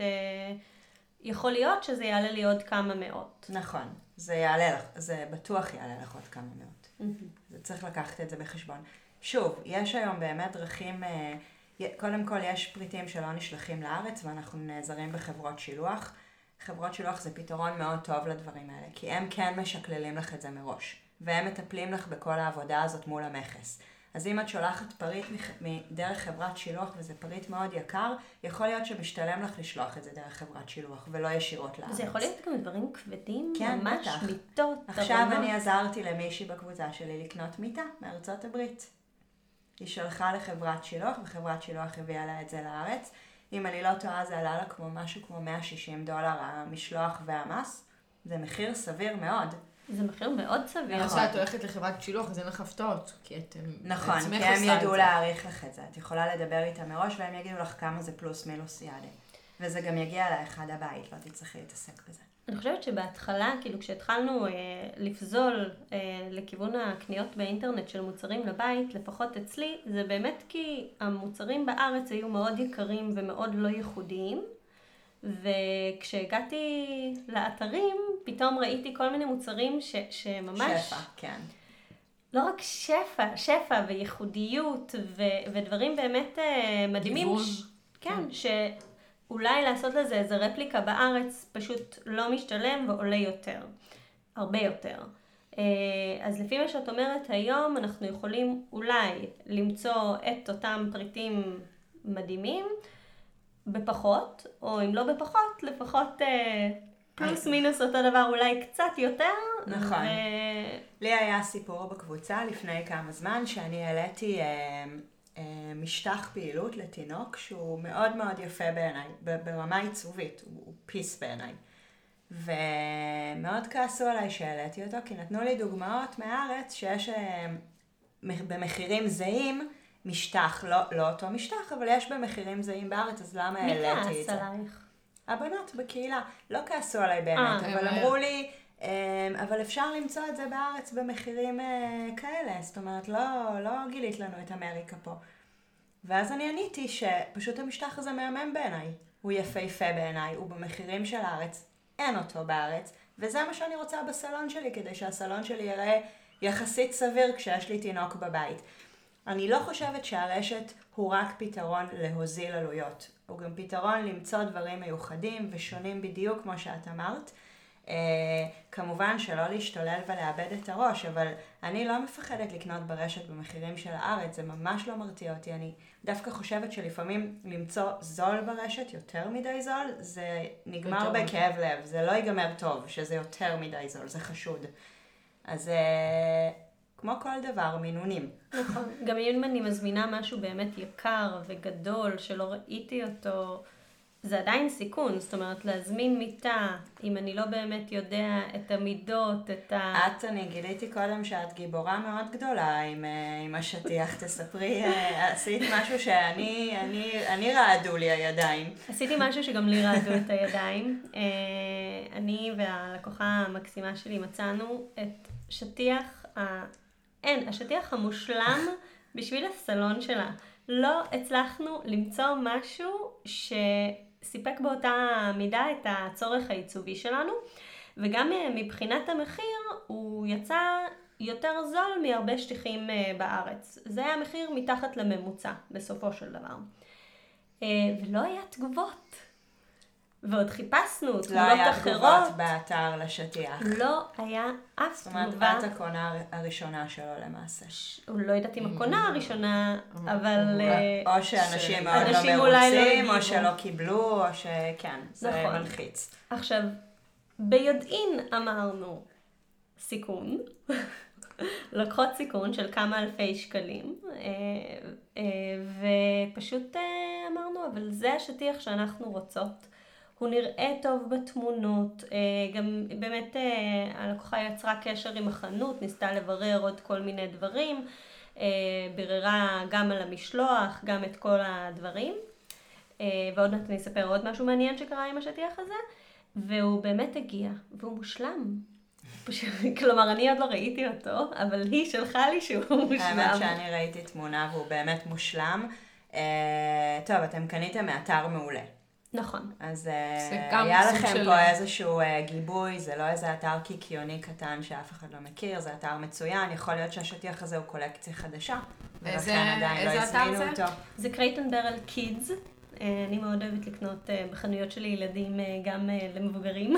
יכול להיות שזה יעלה לי עוד כמה מאות. נכון, זה יעלה לך, זה בטוח יעלה לך עוד כמה מאות. Mm-hmm. זה צריך לקחת את זה בחשבון. שוב, יש היום באמת דרכים, קודם כל יש פריטים שלא נשלחים לארץ, ואנחנו נעזרים בחברות שילוח. חברות שילוח זה פתרון מאוד טוב לדברים האלה, כי הם כן משקללים לך את זה מראש, והם מטפלים לך בכל העבודה הזאת מול המכס. אז אם את שולחת פריט מדרך חברת שילוח, וזה פריט מאוד יקר, יכול להיות שמשתלם לך לשלוח את זה דרך חברת שילוח, ולא ישירות לארץ. זה יכול להיות גם דברים כבדים, כן, ממש בטח. מיטות. עכשיו תרמה. אני עזרתי למישהי בקבוצה שלי לקנות מיטה מארצות הברית. היא שלחה לחברת שילוח, וחברת שילוח הביאה לה את זה לארץ. אם אני לא טועה, זה עלה לה כמו משהו כמו מאה ושישים דולר המשלוח והמס. זה מחיר סביר מאוד. זה מחיר מאוד סביר. נכון. כשאת הולכת לחברת שילוח, אז אין לך הפתעות, כי את נכון, כי הם ידעו להעריך לך את זה. את יכולה לדבר איתם מראש, והם יגידו לך כמה זה פלוס מינוס יעדה. וזה גם יגיע לאחד הבית, לא תצטרכי להתעסק בזה. אני חושבת שבהתחלה, כאילו כשהתחלנו אה, לפזול אה, לכיוון הקניות באינטרנט של מוצרים לבית, לפחות אצלי, זה באמת כי המוצרים בארץ היו מאוד יקרים ומאוד לא ייחודיים, וכשהגעתי לאתרים, פתאום ראיתי כל מיני מוצרים ש, שממש... שפע, כן. לא רק שפע, שפע וייחודיות ו, ודברים באמת מדהימים. גיוון. ש, כן, שאולי לעשות לזה איזה רפליקה בארץ פשוט לא משתלם ועולה יותר. הרבה יותר. אז לפי מה שאת אומרת היום, אנחנו יכולים אולי למצוא את אותם פריטים מדהימים בפחות, או אם לא בפחות, לפחות פלוס מינוס אותו דבר, אולי קצת יותר. נכון. ו... לי היה סיפור בקבוצה לפני כמה זמן, שאני העליתי אה, אה, משטח פעילות לתינוק, שהוא מאוד מאוד יפה בעיניי, ברמה עיצובית, הוא, הוא פיס בעיניי. ומאוד כעסו עליי שהעליתי אותו, כי נתנו לי דוגמאות מהארץ שיש אה, במחירים זהים, משטח, לא, לא אותו משטח, אבל יש במחירים זהים בארץ, אז למה העליתי את זה? מי כעס עלייך? הבנות בקהילה, לא כעסו עליי באמת, אה, אבל אמרו לי, אבל אפשר למצוא את זה בארץ במחירים כאלה, זאת אומרת, לא, לא גילית לנו את אמריקה פה. ואז אני עניתי שפשוט המשטח הזה מהמם בעיניי, הוא יפהפה בעיניי, הוא במחירים של הארץ, אין אותו בארץ, וזה מה שאני רוצה בסלון שלי, כדי שהסלון שלי יראה יחסית סביר כשיש לי תינוק בבית. אני לא חושבת שהרשת הוא רק פתרון להוזיל עלויות. הוא גם פתרון למצוא דברים מיוחדים ושונים בדיוק כמו שאת אמרת. Uh, כמובן שלא להשתולל ולאבד את הראש, אבל אני לא מפחדת לקנות ברשת במחירים של הארץ, זה ממש לא מרתיע אותי. אני דווקא חושבת שלפעמים למצוא זול ברשת, יותר מדי זול, זה נגמר בכאב לב, זה לא ייגמר טוב, שזה יותר מדי זול, זה חשוד. אז... Uh, כמו כל דבר, מינונים. נכון. גם אם אני מזמינה משהו באמת יקר וגדול, שלא ראיתי אותו, זה עדיין סיכון. זאת אומרת, להזמין מיטה, אם אני לא באמת יודע את המידות, את ה... את, אני גיליתי קודם שאת גיבורה מאוד גדולה עם, עם השטיח. תספרי, עשית משהו שאני, אני, אני רעדו לי הידיים. עשיתי משהו שגם לי רעדו את הידיים. אני והלקוחה המקסימה שלי מצאנו את שטיח ה... אין, השטיח המושלם בשביל הסלון שלה. לא הצלחנו למצוא משהו שסיפק באותה מידה את הצורך העיצובי שלנו, וגם מבחינת המחיר הוא יצא יותר זול מהרבה שטיחים בארץ. זה היה מחיר מתחת לממוצע בסופו של דבר. ולא היה תגובות. ועוד חיפשנו תגובות אחרות. לא היה תגובות באתר לשטיח. לא היה אף תגובה. זאת אומרת, את הקונה הראשונה שלו למעשה. הוא לא יודעת אם הקונה הראשונה, אבל... או שאנשים מאוד לא מרוצים, או שלא קיבלו, או שכן, זה מלחיץ. עכשיו, ביודעין אמרנו סיכון, לקחות סיכון של כמה אלפי שקלים, ופשוט אמרנו, אבל זה השטיח שאנחנו רוצות. הוא נראה טוב בתמונות, גם באמת הלקוחה יצרה קשר עם החנות, ניסתה לברר עוד כל מיני דברים, בררה גם על המשלוח, גם את כל הדברים, ועוד מעט אני אספר עוד משהו מעניין שקרה עם השטיח הזה, והוא באמת הגיע, והוא מושלם. כלומר, אני עוד לא ראיתי אותו, אבל היא שלחה לי שהוא מושלם. האמת שאני ראיתי תמונה והוא באמת מושלם. טוב, אתם קניתם מאתר מעולה. נכון. אז היה לכם של... פה איזשהו גיבוי, זה לא איזה אתר קיקיוני קטן שאף אחד לא מכיר, זה אתר מצוין, יכול להיות שהשטיח הזה הוא קולקציה חדשה, ולכן עדיין לא הזמינו אותו. זה Crate and Barrel Kids, אני מאוד אוהבת לקנות בחנויות שלי ילדים גם למבוגרים,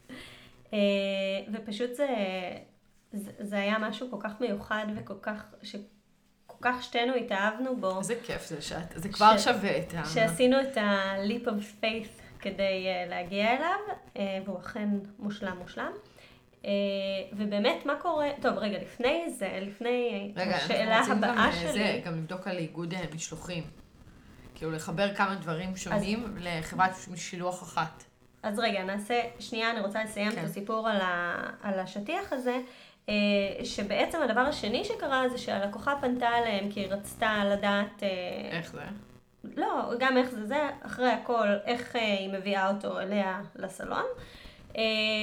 ופשוט זה, זה, זה היה משהו כל כך מיוחד וכל כך... ש... כל כך שתינו התאהבנו בו. איזה כיף זה, שאת, זה כבר ש... שווה את ה... שעשינו את ה-leap of faith כדי uh, להגיע אליו, uh, והוא אכן מושלם מושלם. Uh, ובאמת, מה קורה? טוב, רגע, לפני זה, לפני רגע, השאלה הבאה גם, שלי. זה, גם לבדוק על איגוד משלוחים. כאילו, לחבר כמה דברים שונים אז... לחברת שילוח אחת. אז רגע, נעשה, שנייה, אני רוצה לסיים כן. את הסיפור על, ה, על השטיח הזה. שבעצם הדבר השני שקרה זה שהלקוחה פנתה אליהם כי היא רצתה לדעת... איך זה? לא, גם איך זה זה, אחרי הכל, איך היא מביאה אותו אליה לסלון.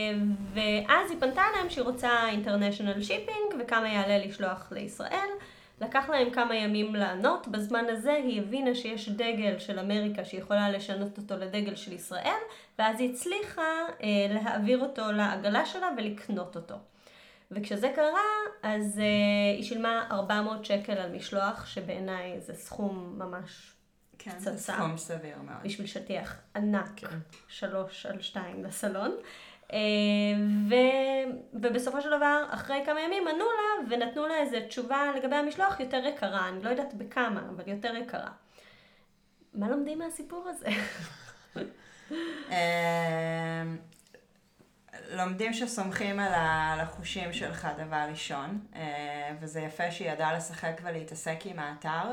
ואז היא פנתה אליהם שהיא רוצה international shipping וכמה יעלה לשלוח לישראל. לקח להם כמה ימים לענות, בזמן הזה היא הבינה שיש דגל של אמריקה שיכולה לשנות אותו לדגל של ישראל, ואז היא הצליחה אה, להעביר אותו לעגלה שלה ולקנות אותו. וכשזה קרה, אז אה, היא שילמה ארבע מאות שקל על משלוח, שבעיניי זה סכום ממש כן, פצצה. זה סכום סביר מאוד. בשביל שטיח ענק, כן. שלוש על שתיים לסלון. ו... ובסופו של דבר, אחרי כמה ימים ענו לה ונתנו לה איזו תשובה לגבי המשלוח יותר יקרה, אני לא יודעת בכמה, אבל יותר יקרה. מה לומדים מהסיפור הזה? לומדים שסומכים על החושים שלך דבר ראשון, וזה יפה שהיא ידעה לשחק ולהתעסק עם האתר.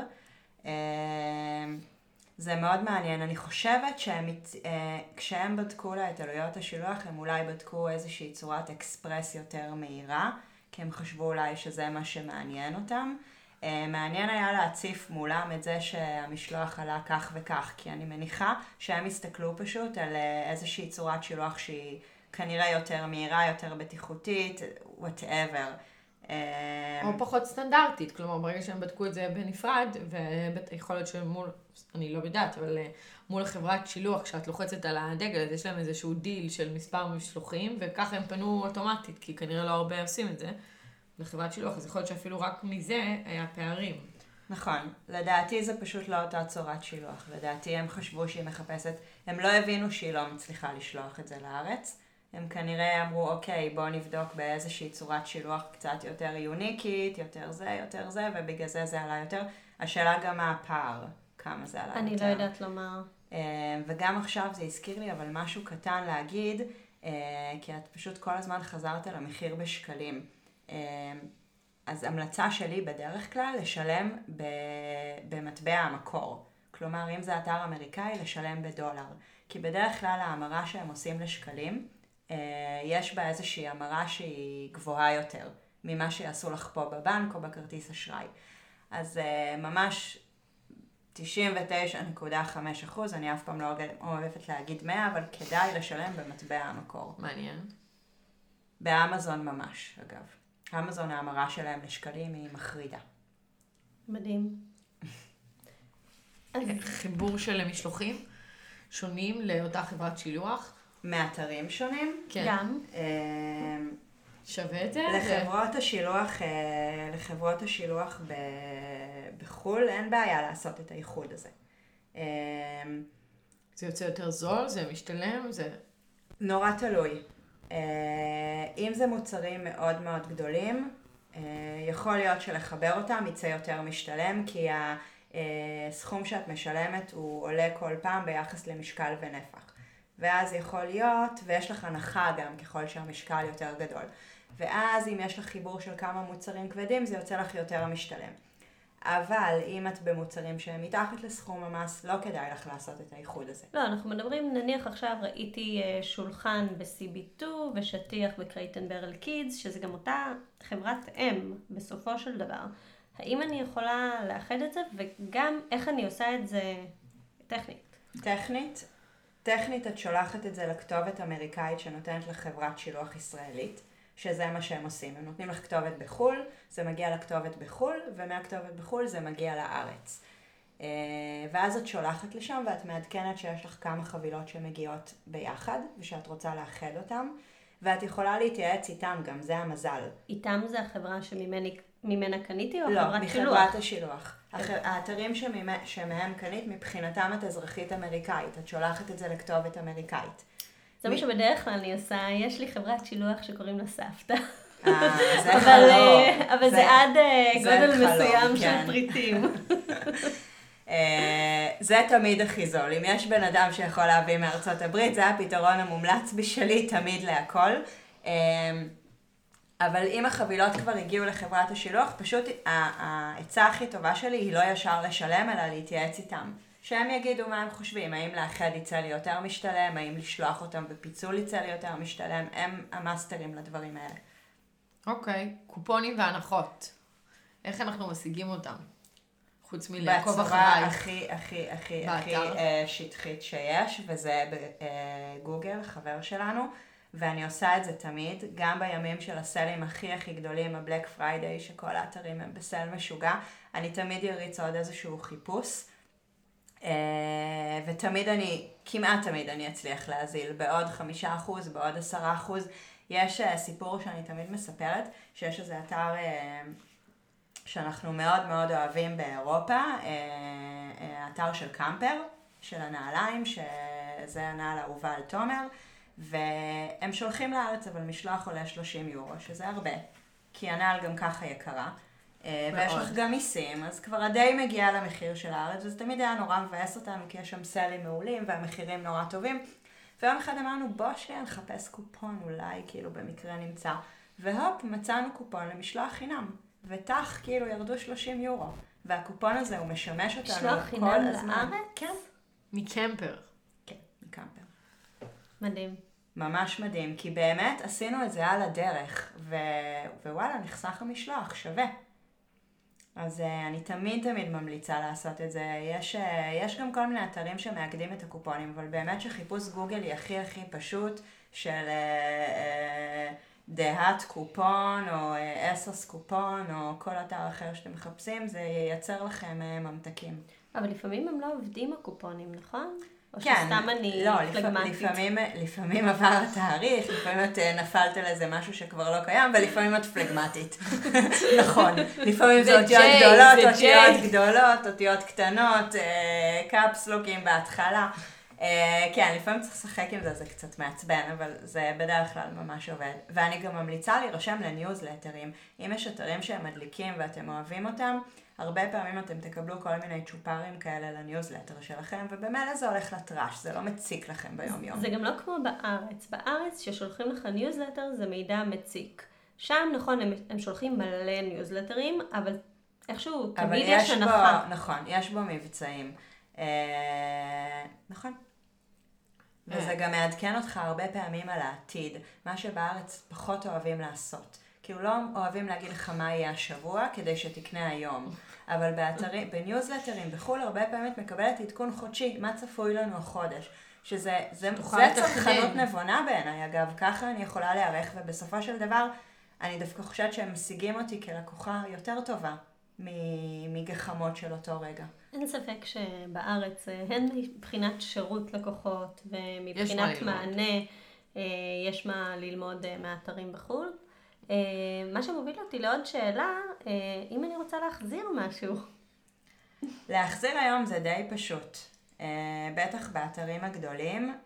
זה מאוד מעניין. אני חושבת שכשהם בדקו לה את עלויות השילוח, הם אולי בדקו איזושהי צורת אקספרס יותר מהירה, כי הם חשבו אולי שזה מה שמעניין אותם. מעניין היה להציף מולם את זה שהמשלוח עלה כך וכך, כי אני מניחה שהם הסתכלו פשוט על איזושהי צורת שילוח שהיא כנראה יותר מהירה, יותר בטיחותית, whatever. או פחות סטנדרטית, כלומר ברגע שהם בדקו את זה בנפרד, ויכול להיות שמול, אני לא יודעת, אבל מול חברת שילוח, כשאת לוחצת על הדגל, אז יש להם איזשהו דיל של מספר משלוחים, וככה הם פנו אוטומטית, כי כנראה לא הרבה עושים את זה, לחברת שילוח, אז יכול להיות שאפילו רק מזה היה פערים. נכון, לדעתי זה פשוט לא אותה צורת שילוח, לדעתי הם חשבו שהיא מחפשת, הם לא הבינו שהיא לא מצליחה לשלוח את זה לארץ, הם כנראה אמרו, אוקיי, בואו נבדוק באיזושהי צורת שילוח קצת יותר יוניקית, יותר זה, יותר זה, ובגלל זה זה עלה יותר. השאלה גם מה הפער, כמה זה עלה יותר. אני לא יודעת לומר. וגם עכשיו זה הזכיר לי, אבל משהו קטן להגיד, כי את פשוט כל הזמן חזרת על המחיר בשקלים. אז המלצה שלי בדרך כלל לשלם במטבע המקור. כלומר, אם זה אתר אמריקאי, לשלם בדולר. כי בדרך כלל ההמרה שהם עושים לשקלים, יש בה איזושהי המרה שהיא גבוהה יותר ממה שיעשו לך פה בבנק או בכרטיס אשראי. אז ממש תשעים ותשע נקודה חמש אחוז, אני אף פעם לא אוהבת להגיד מאה, אבל כדאי לשלם במטבע המקור. מעניין. באמזון ממש, אגב. אמזון ההמרה שלהם לשקלים היא מחרידה. מדהים. חיבור של משלוחים שונים לאותה חברת שילוח. מאתרים שונים. כן. גם. שווה את זה? לחברות השילוח, לחברות השילוח בחול אין בעיה לעשות את האיחוד הזה. זה יוצא יותר זול? זה משתלם? זה... נורא תלוי. אם זה מוצרים מאוד מאוד גדולים, יכול להיות שלחבר אותם יצא יותר משתלם, כי הסכום שאת משלמת הוא עולה כל פעם ביחס למשקל ונפח. ואז יכול להיות, ויש לך הנחה גם ככל שהמשקל יותר גדול. ואז אם יש לך חיבור של כמה מוצרים כבדים, זה יוצא לך יותר משתלם. אבל אם את במוצרים שהם מתחת לסכום המס, לא כדאי לך לעשות את האיחוד הזה. לא, אנחנו מדברים, נניח עכשיו ראיתי שולחן ב-סי בי טו ושטיח בקרייטן ברל קידס, שזה גם אותה חברת אם בסופו של דבר. האם אני יכולה לאחד את זה, וגם איך אני עושה את זה טכנית? טכנית? טכנית את שולחת את זה לכתובת אמריקאית שנותנת לך חברת שילוח ישראלית, שזה מה שהם עושים. הם נותנים לך כתובת בחול, זה מגיע לכתובת בחול, ומהכתובת בחול זה מגיע לארץ. ואז את שולחת לשם ואת מעדכנת שיש לך כמה חבילות שמגיעות ביחד, ושאת רוצה לאחד אותם, ואת יכולה להתייעץ איתם גם, זה המזל. איתם זה החברה שממנה קניתי או לא, חברת שילוח? לא, מחברת השילוח. האתרים שמהם קנית, מבחינתם את אזרחית אמריקאית, את שולחת את זה לכתובת אמריקאית. זה מה שבדרך כלל אני עושה, יש לי חברת שילוח שקוראים לה סבתא. אה, זה חלום. אבל זה עד גודל מסוים של פריטים. זה תמיד הכי זול. אם יש בן אדם שיכול להביא מארצות הברית, זה הפתרון המומלץ בשלי תמיד להכל. אבל אם החבילות כבר הגיעו לחברת השילוח, פשוט העצה הכי טובה שלי היא לא ישר לשלם, אלא להתייעץ איתם. שהם יגידו מה הם חושבים, האם לאחד יצא לי יותר משתלם, האם לשלוח אותם בפיצול יצא לי יותר משתלם, הם המאסטרים לדברים האלה. אוקיי, קופונים והנחות. איך אנחנו משיגים אותם? חוץ מלעקוב אחריי. בצורה הכי, הכי, הכי, הכי שטחית שיש, וזה בגוגל, חבר שלנו, ואני עושה את זה תמיד, גם בימים של הסלים הכי הכי גדולים, הבלק פריידיי, שכל האתרים הם בסל משוגע, אני תמיד יריץ עוד איזשהו חיפוש, ותמיד אני, כמעט תמיד אני אצליח להזיל בעוד חמישה אחוז, בעוד עשרה אחוז. יש סיפור שאני תמיד מספרת, שיש איזה אתר שאנחנו מאוד מאוד אוהבים באירופה, אתר של קמפר, של הנעליים, שזה הנעל האהובה על תומר, והם שולחים לארץ, אבל משלוח עולה שלושים יורו, שזה הרבה, כי הנעל גם ככה יקרה. ויש לך גם מיסים, אז כבר די מגיעה למחיר של הארץ, וזה תמיד היה נורא מבאס אותנו, כי יש שם סלים מעולים והמחירים נורא טובים. ויום אחד אמרנו, בוא שנייה נחפש קופון, אולי כאילו במקרה נמצא. והופ, מצאנו קופון למשלוח חינם. ותח כאילו ירדו שלושים יורו. והקופון הזה הוא משמש אותנו כל הזמן. משלוח חינם לארץ? כן. מקמפר. כן, מקמפר. מדהים. ממש מדהים, כי באמת עשינו את זה על הדרך, ו... ווואלה, נחסך המשלוח, שווה. אז uh, אני תמיד תמיד ממליצה לעשות את זה. יש, uh, יש גם כל מיני אתרים שמאגדים את הקופונים, אבל באמת שחיפוש גוגל היא הכי הכי פשוט של uh, uh, דהת קופון או uh, אסוס קופון או כל אתר אחר שאתם מחפשים, זה ייצר לכם uh, ממתקים. אבל לפעמים הם לא עובדים הקופונים, נכון? או כן, שסתם אני לא, פלגמטית. לפעמים, לפעמים עבר התאריך, לפעמים את נפלת על איזה משהו שכבר לא קיים, ולפעמים את פלגמטית. נכון, לפעמים זה אותיות גדולות, אותיות גדולות, אותיות קטנות, קאפסלוקים בהתחלה. כן, לפעמים צריך לשחק עם זה, זה קצת מעצבן, אבל זה בדרך כלל ממש עובד. ואני גם ממליצה להירשם לניוזלטרים. אם יש אתרים שהם מדליקים ואתם אוהבים אותם, הרבה פעמים אתם תקבלו כל מיני צ'ופרים כאלה לניוזלטר שלכם, ובמילא זה הולך לטראש, זה לא מציק לכם ביום יום. זה גם לא כמו בארץ. בארץ ששולחים לך ניוזלטר זה מידע מציק. שם נכון, הם, הם שולחים מלא ניוזלטרים, אבל איכשהו תמיד יש הנחה. נכון, יש בו מבצעים. אה, נכון. וזה גם מעדכן אותך הרבה פעמים על העתיד, מה שבארץ פחות אוהבים לעשות. כאילו לא אוהבים להגיד לך מה יהיה השבוע כדי שתקנה היום. אבל באתרים, בניוזלטרים בחול הרבה פעמים את מקבלת עדכון חודשי, מה צפוי לנו החודש. שזה זה, זה צרכנות נבונה בעיניי, אגב, ככה אני יכולה להיערך, ובסופו של דבר אני דווקא חושבת שהם משיגים אותי כלקוחה יותר טובה מגחמות של אותו רגע. אין ספק שבארץ, הן מבחינת שירות לקוחות ומבחינת מענה, יש מה ללמוד מהאתרים בחול. מה שמוביל אותי לעוד שאלה, אם אני רוצה להחזיר משהו. להחזיר היום זה די פשוט. בטח באתרים הגדולים,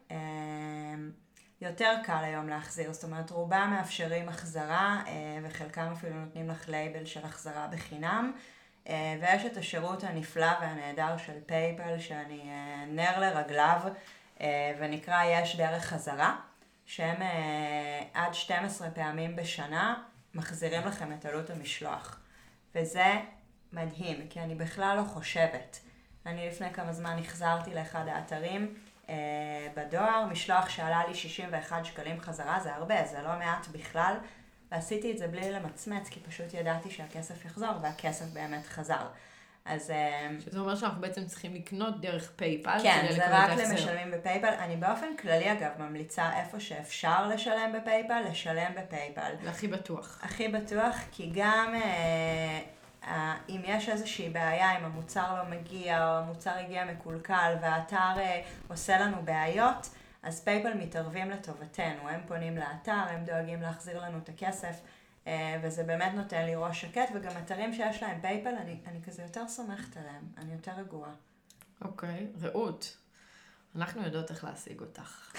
יותר קל היום להחזיר. זאת אומרת, רובם מאפשרים החזרה, וחלקם אפילו נותנים לך לייבל של החזרה בחינם. ויש את השירות הנפלא והנהדר של פייפל, שאני נר לרגליו, ונקרא יש דרך חזרה. שהם עד שתים עשרה פעמים בשנה מחזירים לכם את עלות המשלוח. וזה מדהים, כי אני בכלל לא חושבת. אני לפני כמה זמן החזרתי לאחד האתרים אה, בדואר, משלוח שעלה לי שישים ואחד שקלים חזרה, זה הרבה, זה לא מעט בכלל, ועשיתי את זה בלי למצמץ, כי פשוט ידעתי שהכסף יחזור, והכסף באמת חזר. אז... שזה אומר שאנחנו בעצם צריכים לקנות דרך פייפל. כן, זה רק למשלמים בפייפל. אני באופן כללי, אגב, ממליצה איפה שאפשר לשלם בפייפל, לשלם בפייפל. זה הכי בטוח. הכי בטוח, כי גם אה, אה, אם יש איזושהי בעיה, אם המוצר לא מגיע, או המוצר הגיע מקולקל, והאתר אה, עושה לנו בעיות, אז פייפל מתערבים לטובתנו. הם פונים לאתר, הם דואגים להחזיר לנו את הכסף, וזה באמת נותן לי ראש שקט, וגם אתרים שיש להם פייפל, אני, אני כזה יותר סומכת עליהם, אני יותר רגועה. אוקיי, רעות, אנחנו יודעות איך להשיג אותך.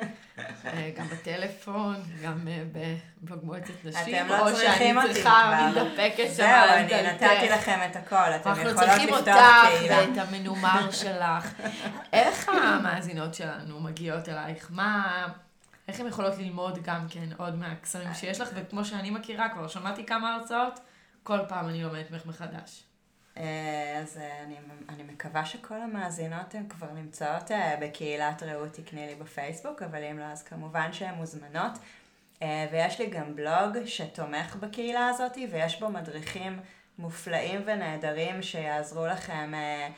גם בטלפון, גם בבלוג מועצת נשים. אתם לא צריכים אותי כבר. או שאני צריכה מתדפקת שם. זהו, אני נתתי לכם את הכל, אתם יכולות לפתוח קהילה. אנחנו צריכים אותך ואת המנומר שלך. איך המאזינות שלנו מגיעות אלייך? מה... איך הן יכולות ללמוד גם כן עוד מהקסמים שיש לך, וכמו שאני מכירה, כבר שמעתי כמה הרצאות, כל פעם אני לומדת ממך מחדש. אז אני, אני מקווה שכל המאזינות הן כבר נמצאות בקהילת רעות תקני לי בפייסבוק, אבל אם לא, אז כמובן שהן מוזמנות. ויש לי גם בלוג שתומך בקהילה הזאת, ויש בו מדריכים מופלאים ונהדרים שיעזרו לכם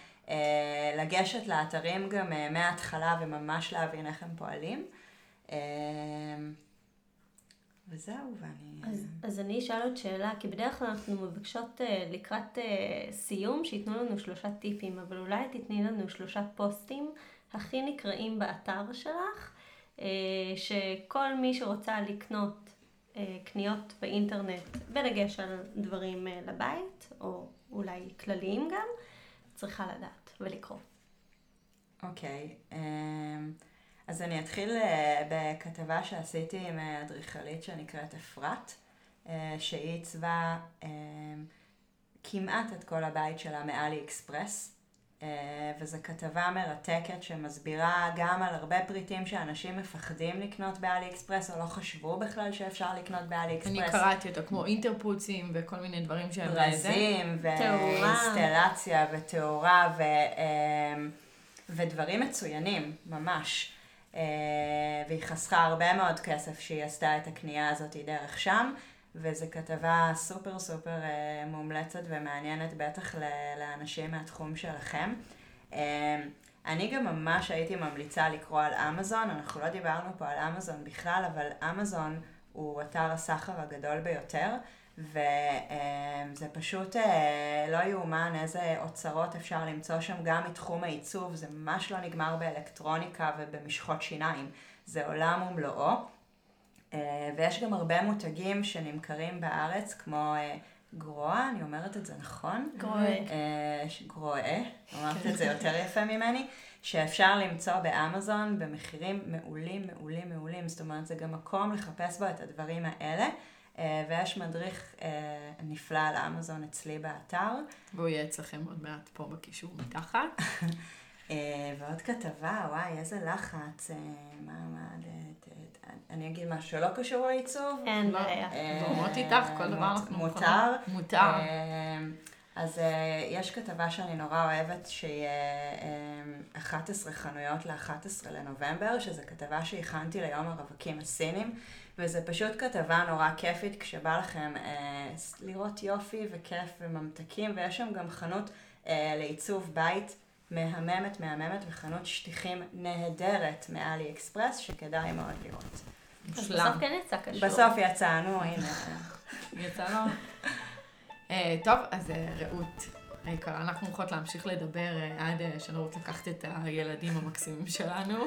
לגשת לאתרים גם מההתחלה, וממש להבין איך הם פועלים. וזהו, ואני... אז, אז אני אשאל עוד שאלה, כי בדרך כלל אנחנו מבקשות uh, לקראת uh, סיום, שיתנו לנו שלושה טיפים, אבל אולי תתני לנו שלושה פוסטים הכי נקראים באתר שלך, uh, שכל מי שרוצה לקנות uh, קניות באינטרנט, בדגש על דברים uh, לבית, או אולי כלליים גם, צריכה לדעת ולקרוא. אוקיי, okay, um... אז אני אתחיל בכתבה שעשיתי עם אדריכלית שנקראת אפרת, שהיא עיצבה כמעט את כל הבית שלה מאלי אקספרס, וזו כתבה מרתקת שמסבירה גם על הרבה פריטים שאנשים מפחדים לקנות באלי אקספרס, או לא חשבו בכלל שאפשר לקנות באלי אקספרס. אני קראתי אותו, כמו אינטרפוצים וכל מיני דברים שהם... ברזים, ואינסטלציה, ותאורה, ו... ודברים מצוינים, ממש. Uh, והיא חסכה הרבה מאוד כסף שהיא עשתה את הקנייה הזאת דרך שם, וזו כתבה סופר סופר uh, מומלצת ומעניינת בטח לאנשים מהתחום שלכם. Uh, אני גם ממש הייתי ממליצה לקרוא על אמזון, אנחנו לא דיברנו פה על אמזון בכלל, אבל אמזון הוא אתר הסחר הגדול ביותר, וזה פשוט לא יאומן איזה אוצרות אפשר למצוא שם גם מתחום העיצוב, זה ממש לא נגמר באלקטרוניקה ובמשחות שיניים, זה עולם ומלואו, ויש גם הרבה מותגים שנמכרים בארץ כמו גרואה, אני אומרת את זה נכון? גרואה. גרואה, אמרת את זה יותר יפה ממני, שאפשר למצוא באמזון במחירים מעולים, מעולים, מעולים, זאת אומרת זה גם מקום לחפש בו את הדברים האלה, ויש מדריך נפלא על אמזון אצלי באתר. והוא יהיה אצלכם עוד מעט פה בקישור מתחת. ועוד כתבה, וואי, איזה לחץ. מה, מה, אני אגיד משהו שלא קשור לעיצוב? אין בעיה. נורמות איתך, כל דבר אנחנו מותר. מותר. אז יש כתבה שאני נורא אוהבת, שהיא אחת עשרה חנויות ל-אחד עשר לנובמבר, שזו כתבה שהכנתי ליום הרווקים הסינים, וזה פשוט כתבה נורא כיפית כשבא לכם אה, לראות יופי וכיף וממתקים, ויש שם גם חנות אה, לעיצוב בית מהממת, מהממת, וחנות שטיחים נהדרת מאלי אקספרס, שכדאי מאוד לראות. אז בסוף כן יצא קשור. בסוף יצאנו, הנה. יצאנו. טוב, אז רעות, היקרה, אנחנו הולכות להמשיך לדבר עד שנרות לקחת את הילדים המקסימים שלנו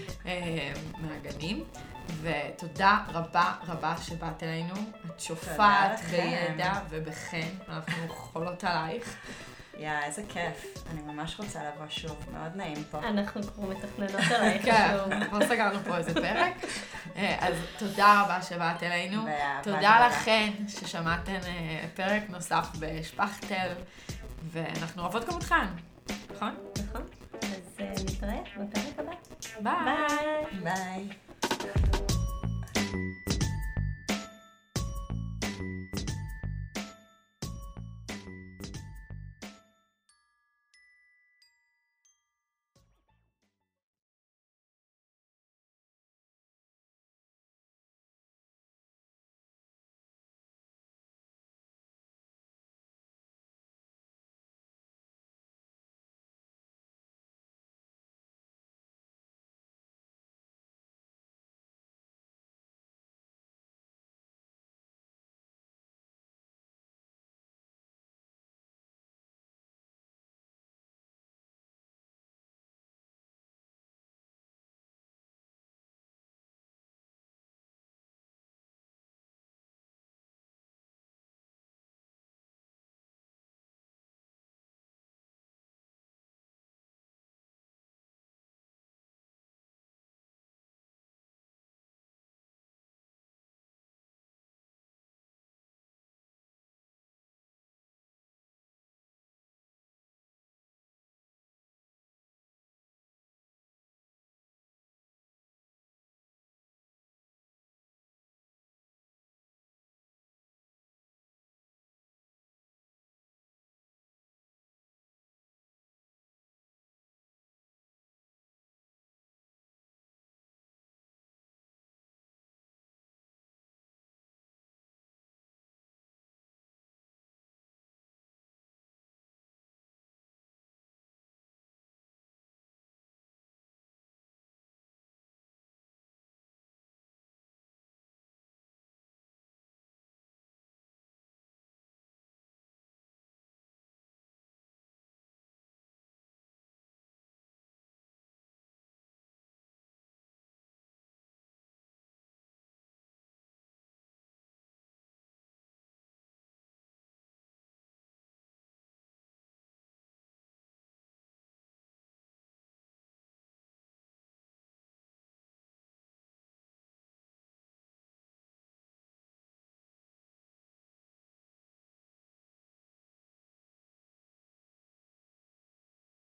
מהגנים, ותודה רבה רבה שבאת אלינו, את שופעת בידע ובחן, אנחנו חולות עלייך. יא, איזה כיף, אני ממש רוצה לבוא שוב, מאוד נעים פה. אנחנו כבר מתכננות עלייך שוב. כן, כבר סגרנו פה איזה פרק, אז תודה רבה שבאת אלינו, תודה לכן ששמעתן פרק נוסף בשפכטל, ואנחנו אוהבות גם אתכן, נכון? נכון, אז נתראה בפרק הבא. ביי. ביי.